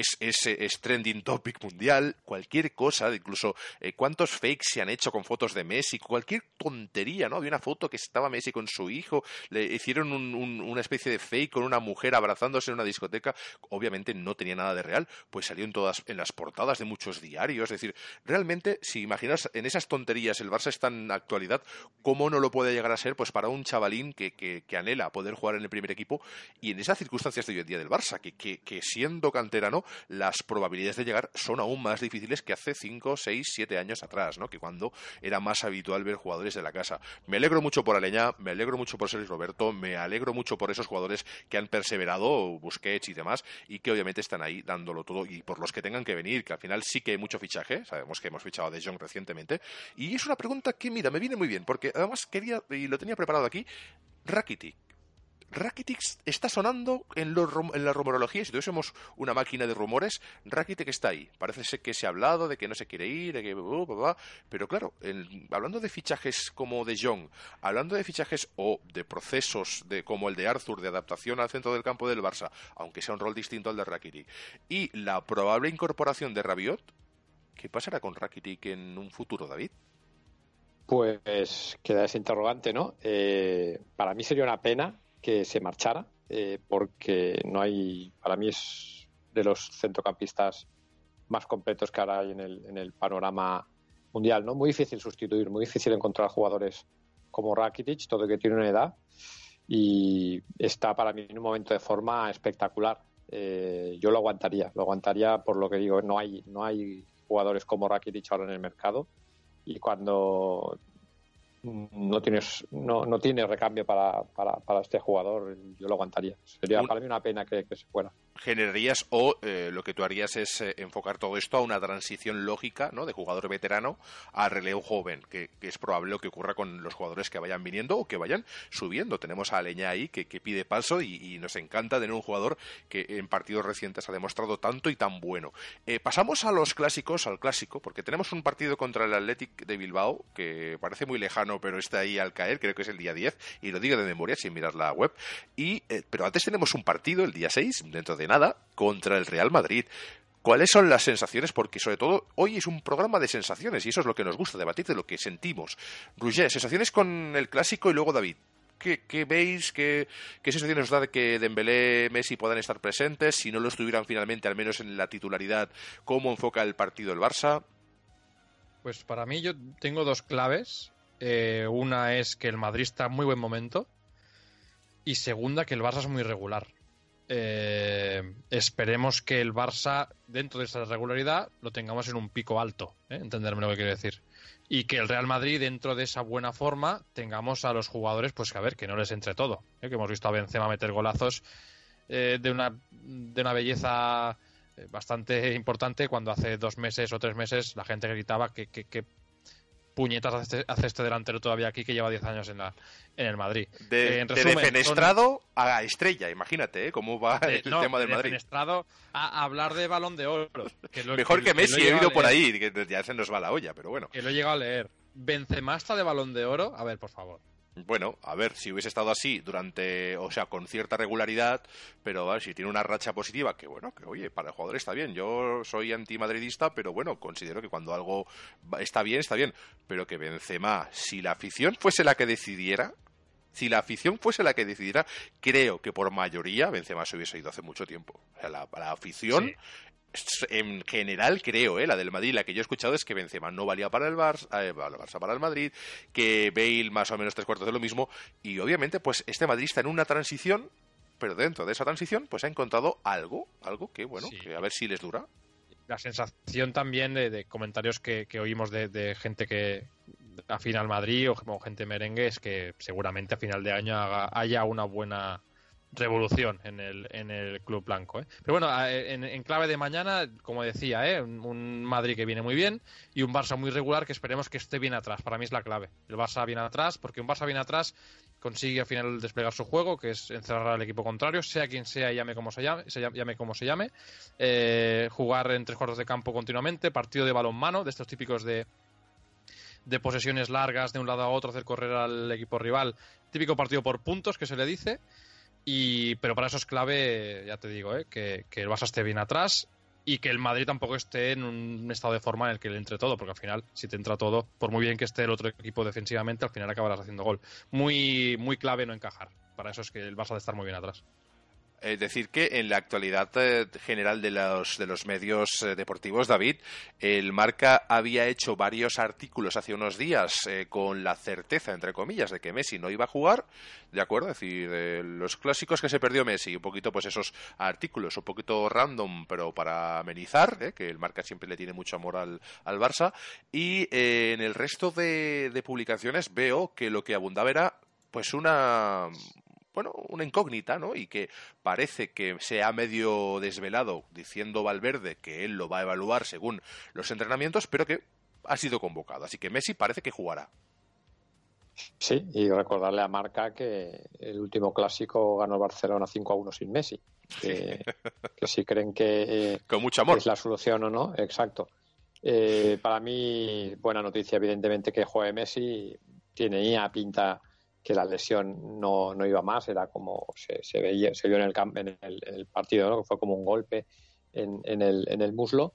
es trending topic mundial, cualquier cosa, incluso cuántos fakes se han hecho con fotos de Messi, cualquier tontería, ¿no? Había una foto que estaba Messi con su hijo, le hicieron una especie de fake con una mujer abrazándose en una discoteca, obviamente no tenía nada de real, pues salió en las portadas de muchos diarios. Es decir, realmente, si imaginas en esas tonterías el Barça está en actualidad, ¿cómo no lo puede llegar a ser pues para un chavalín que anhela poder jugar en el primer equipo? Y en esas circunstancias de hoy en día del Barça, que siendo canterano, las probabilidades de llegar son aún más difíciles que hace 5, 6, 7 años atrás, ¿no? Que cuando era más habitual ver jugadores de la casa. Me alegro mucho por Aleñá, me alegro mucho por Sergio Roberto, me alegro mucho por esos jugadores que han perseverado, Busquets y demás, y que obviamente están ahí dándolo todo, y por los que tengan que venir, que al final sí que hay mucho fichaje, sabemos que hemos fichado a De Jong recientemente, y es una pregunta que, mira, me viene muy bien, porque además quería, y lo tenía preparado aquí, Rakitic está sonando en la rumorología, si tuviésemos una máquina de rumores, Rakitic está ahí, parece ser que se ha hablado de que no se quiere ir, de que pero claro, hablando de fichajes como De Jong, hablando de fichajes o de procesos como el de Arthur, de adaptación al centro del campo del Barça, aunque sea un rol distinto al de Rakitic, y la probable incorporación de Rabiot, ¿qué pasará con Rakitic en un futuro, David? Pues queda ese interrogante, ¿no? Para mí sería una pena que se marchara, porque no hay, para mí es de los centrocampistas más completos que ahora hay en el panorama mundial, ¿no? Muy difícil sustituir, muy difícil encontrar jugadores como Rakitic, todo que tiene una edad, y está para mí en un momento de forma espectacular. Yo lo aguantaría por lo que digo, no hay jugadores como Rakitic ahora en el mercado, y cuando no tiene recambio para este jugador, yo lo aguantaría. Sería para mí una pena que se fuera. Generarías lo que tú harías es enfocar todo esto a una transición lógica, ¿no? De jugador veterano a relevo joven, que es probable lo que ocurra con los jugadores que vayan viniendo o que vayan subiendo. Tenemos a Aleñá ahí que pide paso y nos encanta tener un jugador que en partidos recientes ha demostrado tanto y tan bueno. Pasamos al clásico, porque tenemos un partido contra el Athletic de Bilbao que parece muy lejano, pero está ahí al caer, creo que es el día 10, y lo digo de memoria sin mirar la web. Pero antes tenemos un partido el día 6, dentro de nada, contra el Real Madrid. ¿Cuáles son las sensaciones? Porque sobre todo hoy es un programa de sensaciones y eso es lo que nos gusta, debatir de lo que sentimos. Roger, sensaciones con el clásico y luego David. ¿Qué veis? ¿Qué sensaciones os da de que Dembélé, Messi puedan estar presentes? Si no lo estuvieran finalmente, al menos en la titularidad, ¿cómo enfoca el partido el Barça? Pues para mí yo tengo dos claves. Una es que el Madrid está en muy buen momento y segunda que el Barça es muy regular. Esperemos que el Barça, dentro de esa regularidad, lo tengamos en un pico alto, entenderme lo que quiero decir, y que el Real Madrid, dentro de esa buena forma, tengamos a los jugadores, pues que a ver, que no les entre todo, que hemos visto a Benzema meter golazos de una belleza, de una extraordinaria, y que el Real Madrid, pues que a ver, que no les entre todo, que hemos visto a Benzema meter golazos de una belleza, de una extraordinaria, y que el Real Madrid, pues que a ver, que no les entre todo, que hemos visto a Benzema meter golazos de una belleza, de una bastante importante cuando hace 2 meses o 3 meses la gente gritaba que puñetas hace este delantero todavía aquí que lleva 10 años en el Madrid. De defenestrado a estrella, imagínate, cómo va el tema del Madrid. Defenestrado a hablar de Balón de Oro. Mejor que Messi, he oído por ahí, que ya se nos va la olla, pero bueno. Que lo he llegado a leer. Benzema está de Balón de Oro, a ver, por favor. Bueno, a ver, si hubiese estado así con cierta regularidad, pero si tiene una racha positiva, que bueno, que oye, para el jugador está bien. Yo soy antimadridista, pero bueno, considero que cuando algo está bien, pero que Benzema, si la afición fuese la que decidiera, creo que por mayoría Benzema se hubiese ido hace mucho tiempo. O sea, la afición... Sí. En general creo, la del Madrid, la que yo he escuchado es que Benzema no valía para el Barça para el Madrid, que Bale más o menos 3/4 de lo mismo, y obviamente pues este Madrid está en una transición, pero dentro de esa transición pues ha encontrado algo que bueno, sí, que a ver si les dura. La sensación también de comentarios que oímos de gente que afina al Madrid o gente merengue es que seguramente a final de año haya una buena revolución en el club blanco, Pero bueno, en clave de mañana, como decía, un Madrid que viene muy bien y un Barça muy regular que esperemos que esté bien atrás. Para mí es la clave. El Barça bien atrás, porque un Barça bien atrás consigue al final desplegar su juego, que es encerrar al equipo contrario, sea quien sea, llame como se llame, jugar en 3/4 de campo continuamente, partido de balonmano, de estos típicos de posesiones largas de un lado a otro, hacer correr al equipo rival, típico partido por puntos que se le dice. Pero para eso es clave, ya te digo, que el Barça esté bien atrás y que el Madrid tampoco esté en un estado de forma en el que le entre todo, porque al final, si te entra todo, por muy bien que esté el otro equipo defensivamente, al final acabarás haciendo gol. Muy, muy clave no encajar. Para eso es que el Barça debe estar muy bien atrás. Es decir, que en la actualidad general de los medios deportivos, David, el Marca había hecho varios artículos hace unos días con la certeza, entre comillas, de que Messi no iba a jugar, ¿de acuerdo? Es decir, los clásicos que se perdió Messi, un poquito pues esos artículos, un poquito random, pero para amenizar, que el Marca siempre le tiene mucho amor al Barça, y en el resto de publicaciones veo que lo que abundaba era pues una incógnita, ¿no? Y que parece que se ha medio desvelado diciendo Valverde que él lo va a evaluar según los entrenamientos, pero que ha sido convocado. Así que Messi parece que jugará. Sí, y recordarle a Marca que el último clásico ganó Barcelona 5-1 sin Messi. Que si creen que, con mucho amor, es la solución o no, exacto. Para mí, buena noticia, evidentemente, que juegue Messi. Tenía pinta que la lesión no iba más, era como se vio en el partido, ¿no? Que fue como un golpe en el muslo.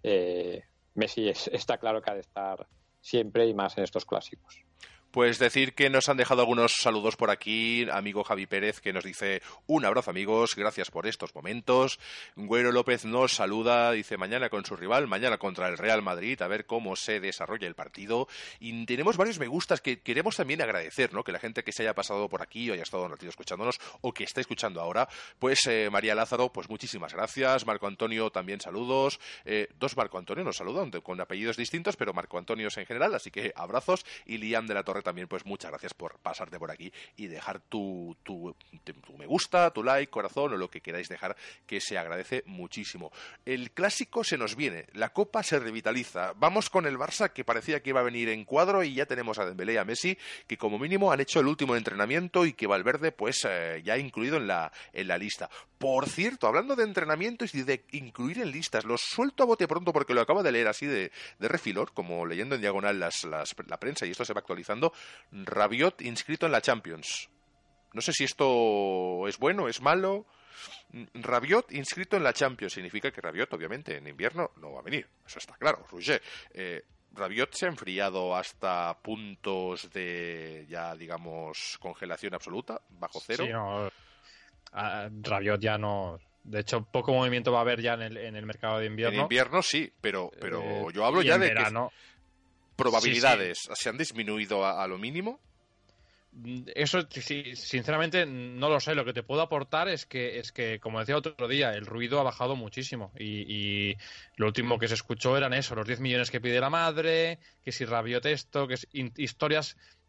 Messi está claro que ha de estar siempre y más en estos clásicos. Pues decir que nos han dejado algunos saludos por aquí, amigo Javi Pérez, que nos dice: un abrazo, amigos, gracias por estos momentos. Güero López nos saluda, dice: mañana con su rival, mañana contra el Real Madrid, a ver cómo se desarrolla el partido. Y tenemos varios me gustas que queremos también agradecer, ¿no? Que la gente que se haya pasado por aquí o haya estado un ratito escuchándonos o que está escuchando ahora, pues María Lázaro, pues muchísimas gracias. Marco Antonio también saludos. 2 Marco Antonio nos saludan con apellidos distintos, pero Marco Antonios en general, así que abrazos. Y Liam de la Torre también, pues muchas gracias por pasarte por aquí y dejar tu me gusta, tu like, corazón o lo que queráis dejar, que se agradece muchísimo. El clásico se nos viene, la Copa se revitaliza. Vamos con el Barça, que parecía que iba a venir en cuadro, y ya tenemos a Dembélé y a Messi, que como mínimo han hecho el último entrenamiento y que Valverde pues ya ha incluido en la lista. Por cierto, hablando de entrenamientos y de incluir en listas, los suelto a bote pronto porque lo acabo de leer así de refilor, como leyendo en diagonal la prensa, y esto se va actualizando. Rabiot inscrito en la Champions. No sé si esto es bueno, es malo. Rabiot inscrito en la Champions significa que Rabiot, obviamente, en invierno no va a venir. Eso está claro, Roger. Rabiot se ha enfriado hasta puntos de, ya digamos, congelación absoluta, bajo cero. Sí, no. Rabiot ya no. De hecho, poco movimiento va a haber ya en el mercado de invierno. En invierno sí, pero yo hablo ya de verano, que probabilidades se han disminuido a lo mínimo. Eso, sí, sinceramente, no lo sé. Lo que te puedo aportar es que, como decía otro día, el ruido ha bajado muchísimo. Y lo último que se escuchó eran eso, los 10 millones que pide la madre, que si Rabiot esto, que es historias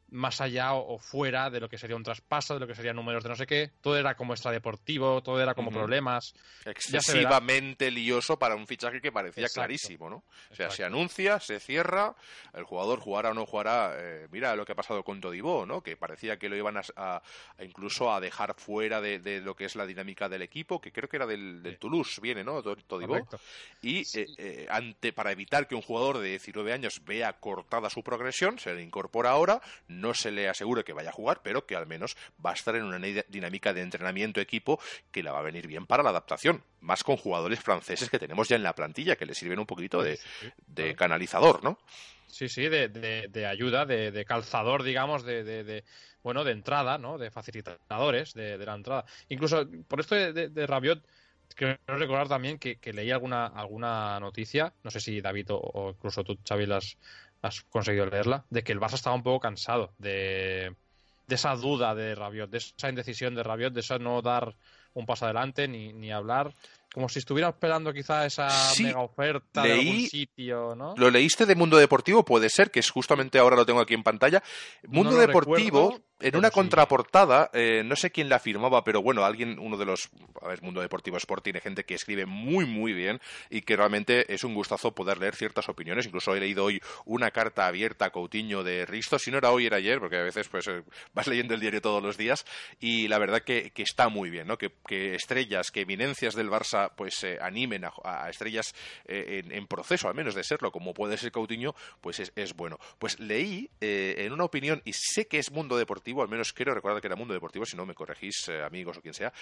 más allá o fuera de lo que sería un traspaso, de lo que serían números de no sé qué. Todo era como extradeportivo, todo era como problemas. Excesivamente lioso para un fichaje que parecía Exacto. clarísimo, ¿no? O sea, Exacto. se anuncia, se cierra, el jugador jugará o no jugará. Mira lo que ha pasado con Todibo, ¿no? Que parecía que lo iban a incluso a dejar fuera de lo que es la dinámica del equipo, que creo que era del Toulouse, viene, ¿no? Todibo. Correcto. Y para evitar que un jugador de 19 años vea cortada su progresión, se le incorpora ahora, no se le asegure que vaya a jugar, pero que al menos va a estar en una dinámica de entrenamiento equipo que le va a venir bien para la adaptación, más con jugadores franceses que tenemos ya en la plantilla, que le sirven un poquito de canalizador, ¿no? Sí, de ayuda, de calzador, digamos, de entrada, ¿no? De facilitadores de la entrada. Incluso, por esto de Rabiot, quiero recordar también que leí alguna noticia, no sé si David o incluso tú, Xavi, has conseguido leerla, de que el Barça estaba un poco cansado de esa duda de Rabiot, de esa indecisión de Rabiot, de eso no dar un paso adelante ni hablar, como si estuviera esperando quizá esa mega oferta de algún sitio, ¿no? ¿Lo leíste de Mundo Deportivo? Puede ser, que es justamente ahora lo tengo aquí en pantalla. Mundo Deportivo, recuerdo, en una contraportada, no sé quién la firmaba, pero bueno, uno de los... A ver, Mundo Deportivo Sport tiene gente que escribe muy, muy bien y que realmente es un gustazo poder leer ciertas opiniones. Incluso he leído hoy una carta abierta a Coutinho de Risto. Si no era hoy, era ayer, porque a veces pues vas leyendo el diario todos los días y la verdad que está muy bien, ¿no? Que estrellas, que eminencias del Barça pues animen a estrellas en proceso, al menos de serlo, como puede ser Coutinho, pues es bueno. Pues leí en una opinión, y sé que es Mundo Deportivo, al menos quiero recordar que era Mundo Deportivo, si no me corregís, amigos o quien sea,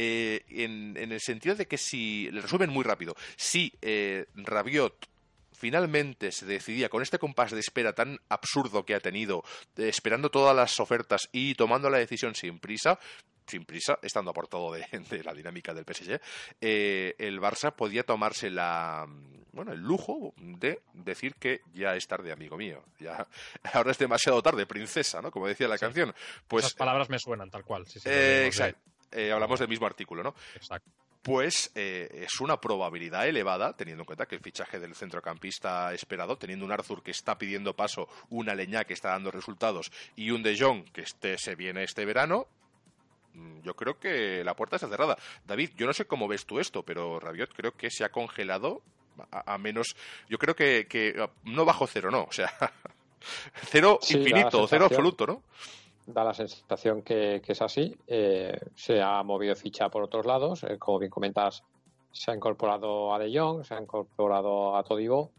en el sentido de que si, le resumen muy rápido, si Rabiot finalmente se decidía con este compás de espera tan absurdo que ha tenido, esperando todas las ofertas y tomando la decisión sin prisa, estando apartado de la dinámica del PSG, el Barça podía tomarse el lujo de decir que ya es tarde, amigo mío. Ya, ahora es demasiado tarde, princesa, ¿no? Como decía la canción. Pues, esas palabras me suenan tal cual. Sí, exacto. Hablamos del mismo artículo, ¿no? Exacto. Pues es una probabilidad elevada, teniendo en cuenta que el fichaje del centrocampista esperado, teniendo un Arthur que está pidiendo paso, una Leñá que está dando resultados y un De Jong que se viene este verano, yo creo que la puerta está cerrada. David, yo no sé cómo ves tú esto, pero Rabiot creo que se ha congelado a menos... Yo creo que no bajo cero, no. O sea, cero infinito, cero absoluto, ¿no? Da la sensación que es así. Se ha movido ficha por otros lados. Como bien comentas, se ha incorporado a De Jong, se ha incorporado a Todibo.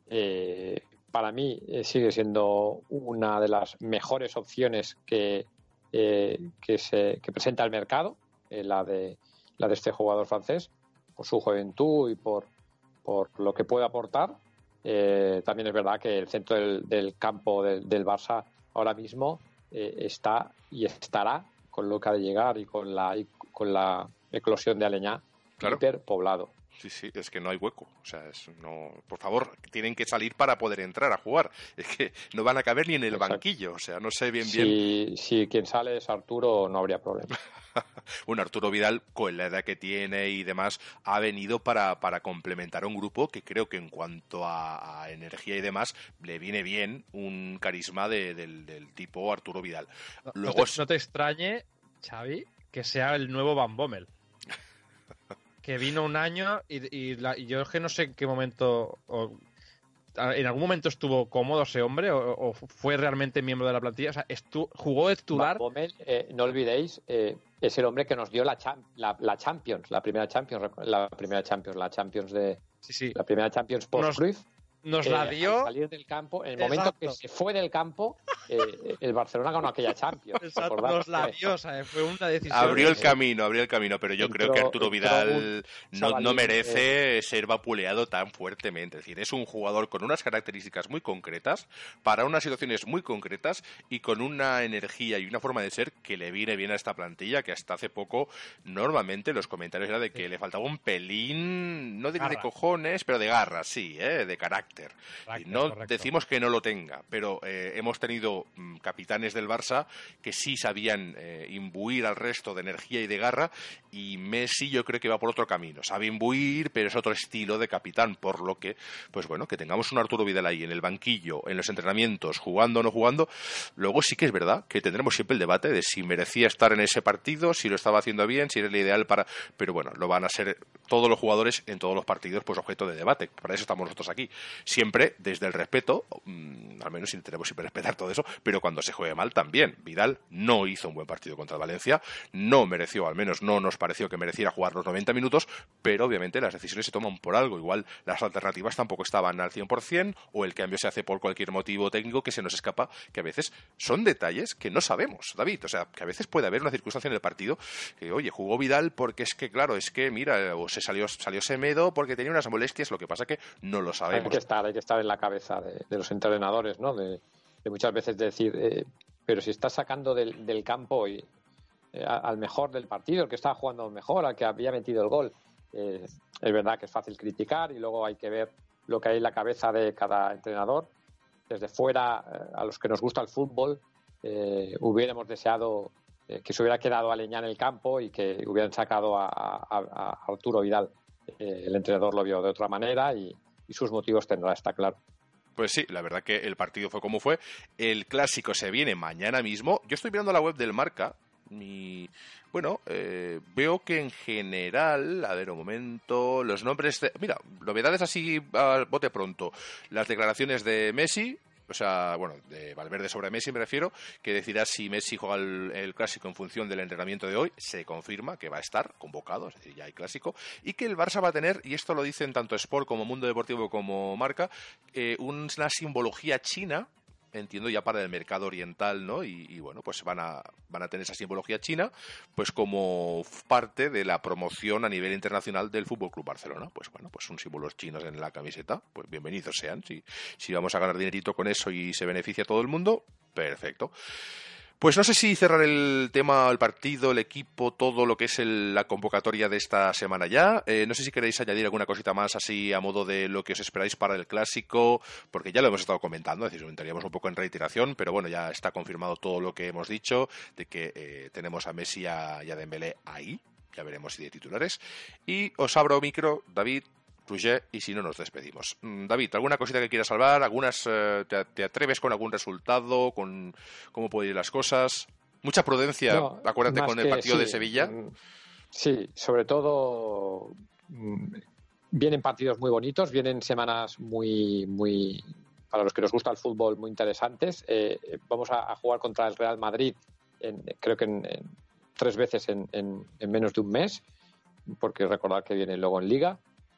Para mí sigue siendo una de las mejores opciones que presenta el mercado, la de este jugador francés, por su juventud y por lo que puede aportar. También es verdad que el centro del campo del Barça ahora mismo está y estará, con lo que ha de llegar y con la eclosión de Aleñá, claro, hiperpoblado. Sí, es que no hay hueco. O sea, por favor, tienen que salir para poder entrar a jugar. Es que no van a caber ni en el banquillo. O sea, no sé bien. Si quien sale es Arturo, no habría problema. Bueno, Arturo Vidal, con la edad que tiene y demás, ha venido para complementar a un grupo que creo que en cuanto a energía y demás, le viene bien un carisma del tipo Arturo Vidal. Luego no te extrañe, Xavi, que sea el nuevo Van Bommel. Que vino un año y yo es que no sé en qué momento... ¿En algún momento estuvo cómodo ese hombre o fue realmente miembro de la plantilla? O sea, jugó de titular. Van Bommel, no olvidéis, es el hombre que nos dio la Champions, la primera Champions de... Sí. La primera Champions post-Cruyff. Nos la dio. Al salir del campo, en el momento que se fue del campo, el Barcelona ganó aquella Champions. Exacto, nos la dio, o sea, fue una decisión. Abrió el camino, pero yo creo que Arturo Vidal no merece ser vapuleado tan fuertemente. Es decir, es un jugador con unas características muy concretas, para unas situaciones muy concretas y con una energía y una forma de ser que le viene bien a esta plantilla, que hasta hace poco, normalmente los comentarios eran de que le faltaba un pelín, no de cojones, pero de garra, sí, de carácter. carácter. Y no decimos que no lo tenga, pero hemos tenido capitanes del Barça que sí sabían imbuir al resto de energía y de garra, y Messi yo creo que va por otro camino. Sabe imbuir, pero es otro estilo de capitán, por lo que, pues bueno, que tengamos un Arturo Vidal ahí en el banquillo, en los entrenamientos, jugando o no jugando. Luego sí que es verdad que tendremos siempre el debate de si merecía estar en ese partido, si lo estaba haciendo bien, si era el ideal para... Pero bueno, lo van a ser todos los jugadores en todos los partidos, pues objeto de debate. Para eso estamos nosotros aquí. Siempre desde el respeto, al menos intentaremos siempre respetar todo eso, pero cuando se juegue mal también. Vidal no hizo un buen partido contra el Valencia, no mereció, al menos no nos pareció que mereciera jugar los 90 minutos, pero obviamente las decisiones se toman por algo. Igual las alternativas tampoco estaban al 100%, o el cambio se hace por cualquier motivo técnico que se nos escapa, que a veces son detalles que no sabemos, David. O sea, que a veces puede haber una circunstancia en el partido que, oye, jugó Vidal porque es que, claro, es que, mira, o se salió Semedo porque tenía unas molestias, lo que pasa que no lo sabemos. Hay que estar en la cabeza de los entrenadores, ¿no? De muchas veces decir, pero si estás sacando del campo y al mejor del partido, el que estaba jugando mejor, al que había metido el gol, es verdad que es fácil criticar y luego hay que ver lo que hay en la cabeza de cada entrenador. Desde fuera, a los que nos gusta el fútbol, hubiéramos deseado que se hubiera quedado Aleñá en el campo y que hubieran sacado a Arturo Vidal. El entrenador lo vio de otra manera y sus motivos tendrá, está claro. Pues sí, la verdad que el partido fue como fue. El clásico se viene mañana mismo. Yo estoy mirando la web del Marca y, bueno, veo que en general, a ver un momento, los nombres mira, novedades así a bote pronto. Las declaraciones de Messi, o sea, bueno, de Valverde sobre Messi me refiero, que decidirá si Messi juega el clásico en función del entrenamiento de hoy. Se confirma que va a estar convocado, es decir, ya hay clásico, y que el Barça va a tener, y esto lo dicen tanto Sport como Mundo Deportivo como Marca, una simbología china, entiendo ya para el mercado oriental, ¿no? Y bueno, pues van a tener esa simbología china, pues como parte de la promoción a nivel internacional del Fútbol Club Barcelona. Pues bueno, pues son símbolos chinos en la camiseta, pues bienvenidos sean. Si vamos a ganar dinerito con eso y se beneficia a todo el mundo, perfecto. Pues no sé si cerrar el tema, el partido, el equipo, todo lo que es la convocatoria de esta semana ya. No sé si queréis añadir alguna cosita más así a modo de lo que os esperáis para el clásico, porque ya lo hemos estado comentando, es decir, entraríamos un poco en reiteración, pero bueno, ya está confirmado todo lo que hemos dicho, de que tenemos a Messi y a Dembélé ahí, ya veremos si de titulares. Y os abro micro, David, Roger, y si no nos despedimos. David, ¿alguna cosita que quieras salvar? ¿Te atreves con algún resultado? ¿Con cómo pueden ir las cosas? Mucha prudencia, no, acuérdate con el partido de Sevilla. Sí, sobre todo vienen partidos muy bonitos, vienen semanas muy para los que nos gusta el fútbol, muy interesantes. Vamos a jugar contra el Real Madrid, creo que en 3 veces en menos de un mes, porque recordad que viene luego en Liga.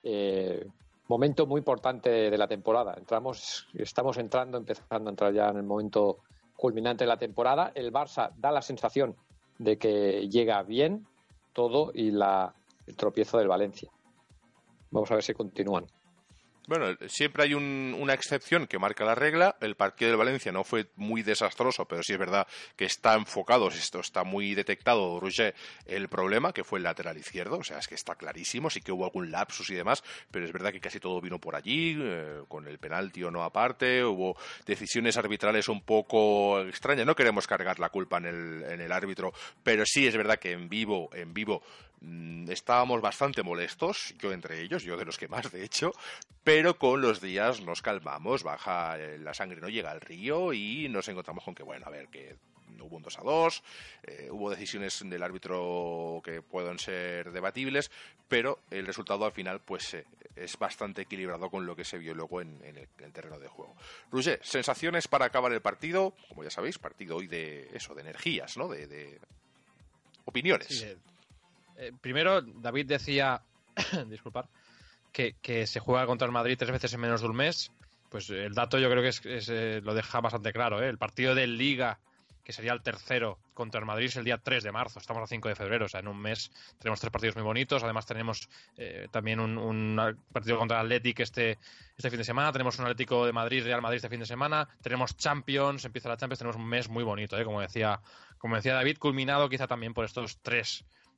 Momento muy importante de la temporada. Estamos empezando a entrar ya en el momento culminante de la temporada. El Barça da la sensación de que llega bien todo y el tropiezo del Valencia. Vamos a ver si continúan. Bueno, siempre hay una excepción que marca la regla. El partido del Valencia no fue muy desastroso, pero sí es verdad que está enfocado, esto está muy detectado, Roger, el problema, que fue el lateral izquierdo. O sea, es que está clarísimo, sí que hubo algún lapsus y demás, pero es verdad que casi todo vino por allí, con el penalti o no aparte. Hubo decisiones arbitrales un poco extrañas. No queremos cargar la culpa en el árbitro, pero sí es verdad que en vivo estábamos bastante molestos, yo entre ellos, yo de los que más de hecho, pero con los días nos calmamos, baja la sangre, no llega al río y nos encontramos con que, bueno, a ver, que hubo un 2-2, hubo decisiones del árbitro que pueden ser debatibles, pero el resultado al final pues es bastante equilibrado con lo que se vio luego en el terreno de juego. Roger, sensaciones para acabar el partido, como ya sabéis, partido hoy de energías, ¿no? De opiniones. Sí, primero, David decía, disculpad, que se juega contra el Madrid 3 veces en menos de un mes. Pues el dato yo creo que lo deja bastante claro, ¿eh? El partido de Liga, que sería el tercero contra el Madrid, es el día 3 de marzo. Estamos a 5 de febrero, o sea, en un mes tenemos 3 partidos muy bonitos. Además tenemos también un partido contra el Athletic este fin de semana. Tenemos un Atlético de Madrid, Real Madrid este fin de semana. Tenemos Champions, empieza la Champions. Tenemos un mes muy bonito, como decía David, culminado quizá también por estos 3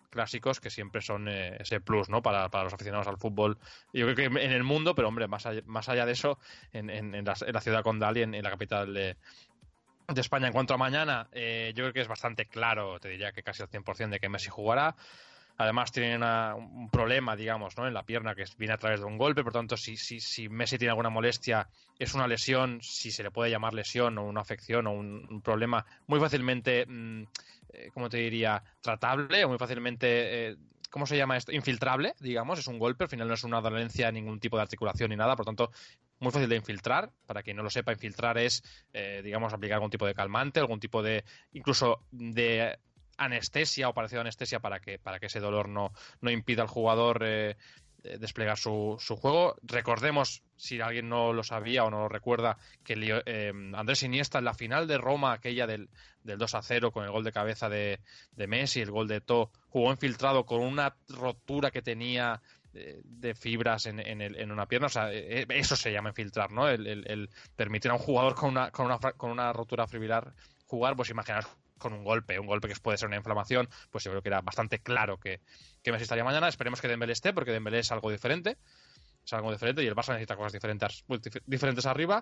clásicos que siempre son ese plus, ¿no? Para los aficionados al fútbol. Yo creo que en el mundo, pero hombre, más allá de eso, en la ciudad condal y en la capital de España. En cuanto a mañana, yo creo que es bastante claro, te diría que casi al 100% de que Messi jugará. Además tiene un problema, digamos, ¿no? En la pierna que viene a través de un golpe, por tanto, si Messi tiene alguna molestia, es una lesión, si se le puede llamar lesión o una afección o un problema muy fácilmente, ¿cómo te diría? Tratable o muy fácilmente, ¿cómo se llama esto? Infiltrable, digamos, es un golpe, al final no es una dolencia, ningún tipo de articulación ni nada, por tanto, muy fácil de infiltrar. Para quien no lo sepa, infiltrar es, digamos, aplicar algún tipo de calmante, algún tipo de, incluso de anestesia o parecido a anestesia para que ese dolor no impida al jugador desplegar su juego. Recordemos, si alguien no lo sabía o no lo recuerda, que Andrés Iniesta en la final de Roma, aquella del 2-0 con el gol de cabeza de Messi, el gol de Eto'o, jugó infiltrado con una rotura que tenía de fibras en una pierna. O sea, eso se llama infiltrar, ¿no? El permitir a un jugador con una rotura fibrilar jugar, pues imaginaos con un golpe que puede ser una inflamación. Pues yo creo que era bastante claro que Messi estaría mañana. Esperemos que Dembélé esté, porque Dembélé es algo diferente y el Barça necesita cosas diferentes arriba,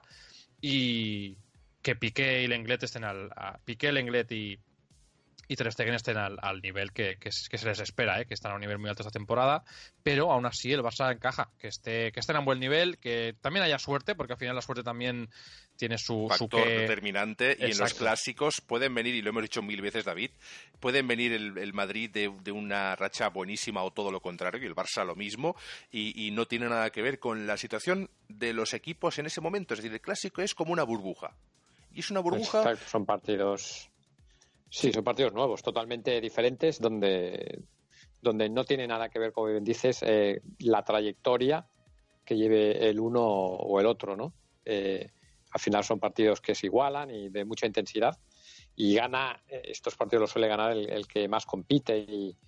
y que Piqué y Lenglet estén Piqué, Lenglet y Ter Stegen estén al nivel que se les espera, que están a un nivel muy alto esta temporada, pero aún así el Barça encaja, que estén a un buen nivel, que también haya suerte, porque al final la suerte también tiene su factor determinante. Exacto. Y en los clásicos pueden venir, y lo hemos dicho 1000 veces, David, pueden venir el Madrid de una racha buenísima o todo lo contrario, y el Barça lo mismo, y no tiene nada que ver con la situación de los equipos en ese momento. Es decir, el clásico es como una burbuja, y es una burbuja... Exacto, son partidos... Sí, son partidos nuevos, totalmente diferentes, donde no tiene nada que ver, como bien dices, la trayectoria que lleve el uno o el otro, ¿no? Al final son partidos que se igualan y de mucha intensidad, y estos partidos los suele ganar el que más compite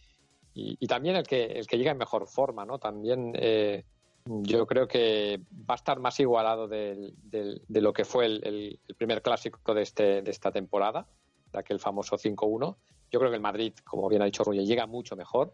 y también el que llega en mejor forma, ¿no? También yo creo que va a estar más igualado de lo que fue el primer clásico de esta temporada, de aquel famoso 5-1. Yo creo que el Madrid, como bien ha dicho Ruye, llega mucho mejor.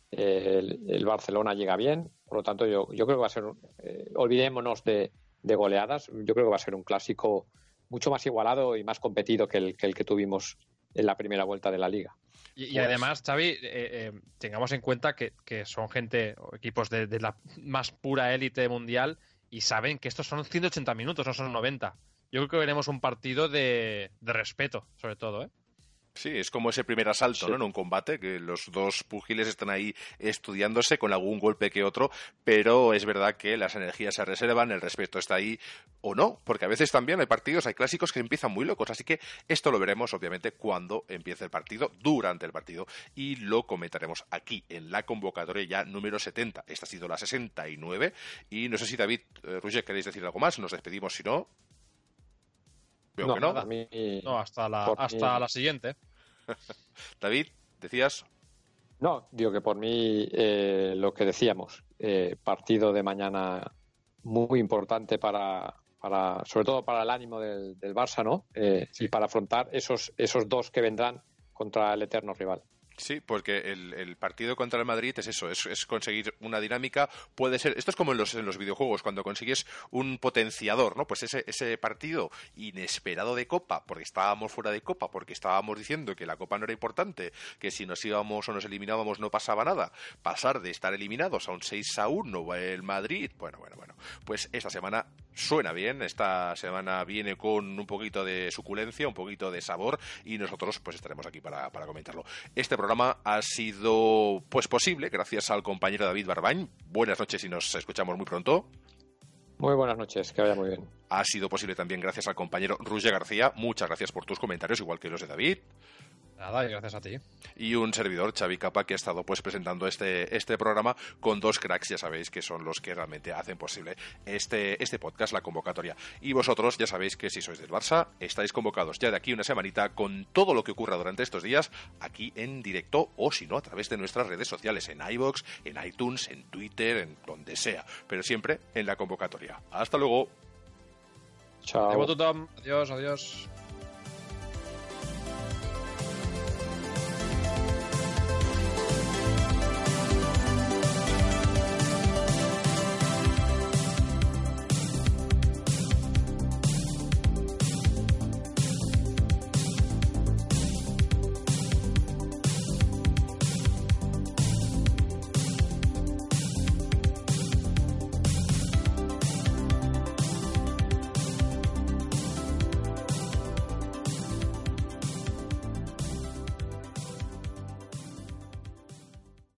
El Barcelona llega bien. Por lo tanto, yo creo que va a ser... olvidémonos de goleadas. Yo creo que va a ser un clásico mucho más igualado y más competido que el que tuvimos en la primera vuelta de la Liga. Y además, Xavi, tengamos en cuenta que son equipos de la más pura élite mundial, y saben que estos son 180 minutos, no son 90. Yo creo que veremos un partido de respeto, sobre todo, ¿eh? Sí, es como ese primer asalto, sí, ¿no? En un combate, que los dos púgiles están ahí estudiándose con algún golpe que otro, pero es verdad que las energías se reservan, el respeto está ahí o no, porque a veces también hay partidos, hay clásicos que empiezan muy locos, así que esto lo veremos obviamente cuando empiece el partido, durante el partido, y lo comentaremos aquí en la convocatoria ya número 70. Esta ha sido la 69, y no sé si David, Roger, ¿queréis decir algo más? Nos despedimos, si no... Veo que no. Nada. No, hasta la siguiente. David, ¿decías? No, digo que por mí lo que decíamos, partido de mañana muy importante sobre todo para el ánimo del Barça, ¿no? Sí. Y para afrontar esos dos que vendrán contra el eterno rival. Sí, porque el partido contra el Madrid es eso, es conseguir una dinámica. Puede ser, esto es como en los videojuegos, cuando consigues un potenciador, ¿no? Pues ese partido inesperado de Copa, porque estábamos fuera de Copa, porque estábamos diciendo que la Copa no era importante, que si nos íbamos o nos eliminábamos no pasaba nada, pasar de estar eliminados a un 6-1 el Madrid, bueno, pues esta semana suena bien, esta semana viene con un poquito de suculencia, un poquito de sabor, y nosotros pues estaremos aquí para comentarlo. Este programa ha sido pues posible gracias al compañero David Barbañ. Buenas noches y nos escuchamos muy pronto. Muy buenas noches, que vaya muy bien. Ha sido posible también gracias al compañero Roger García. Muchas gracias por tus comentarios, igual que los de David. Nada, y gracias a ti. Y un servidor, Xavi Capa, que ha estado pues presentando este programa con dos cracks, ya sabéis, que son los que realmente hacen posible este podcast, la convocatoria. Y vosotros ya sabéis que si sois del Barça, estáis convocados ya de aquí una semanita con todo lo que ocurra durante estos días, aquí en directo, o si no, a través de nuestras redes sociales, en iVoox, en iTunes, en Twitter, en donde sea, pero siempre en la convocatoria. Hasta luego. Chao. Adiós.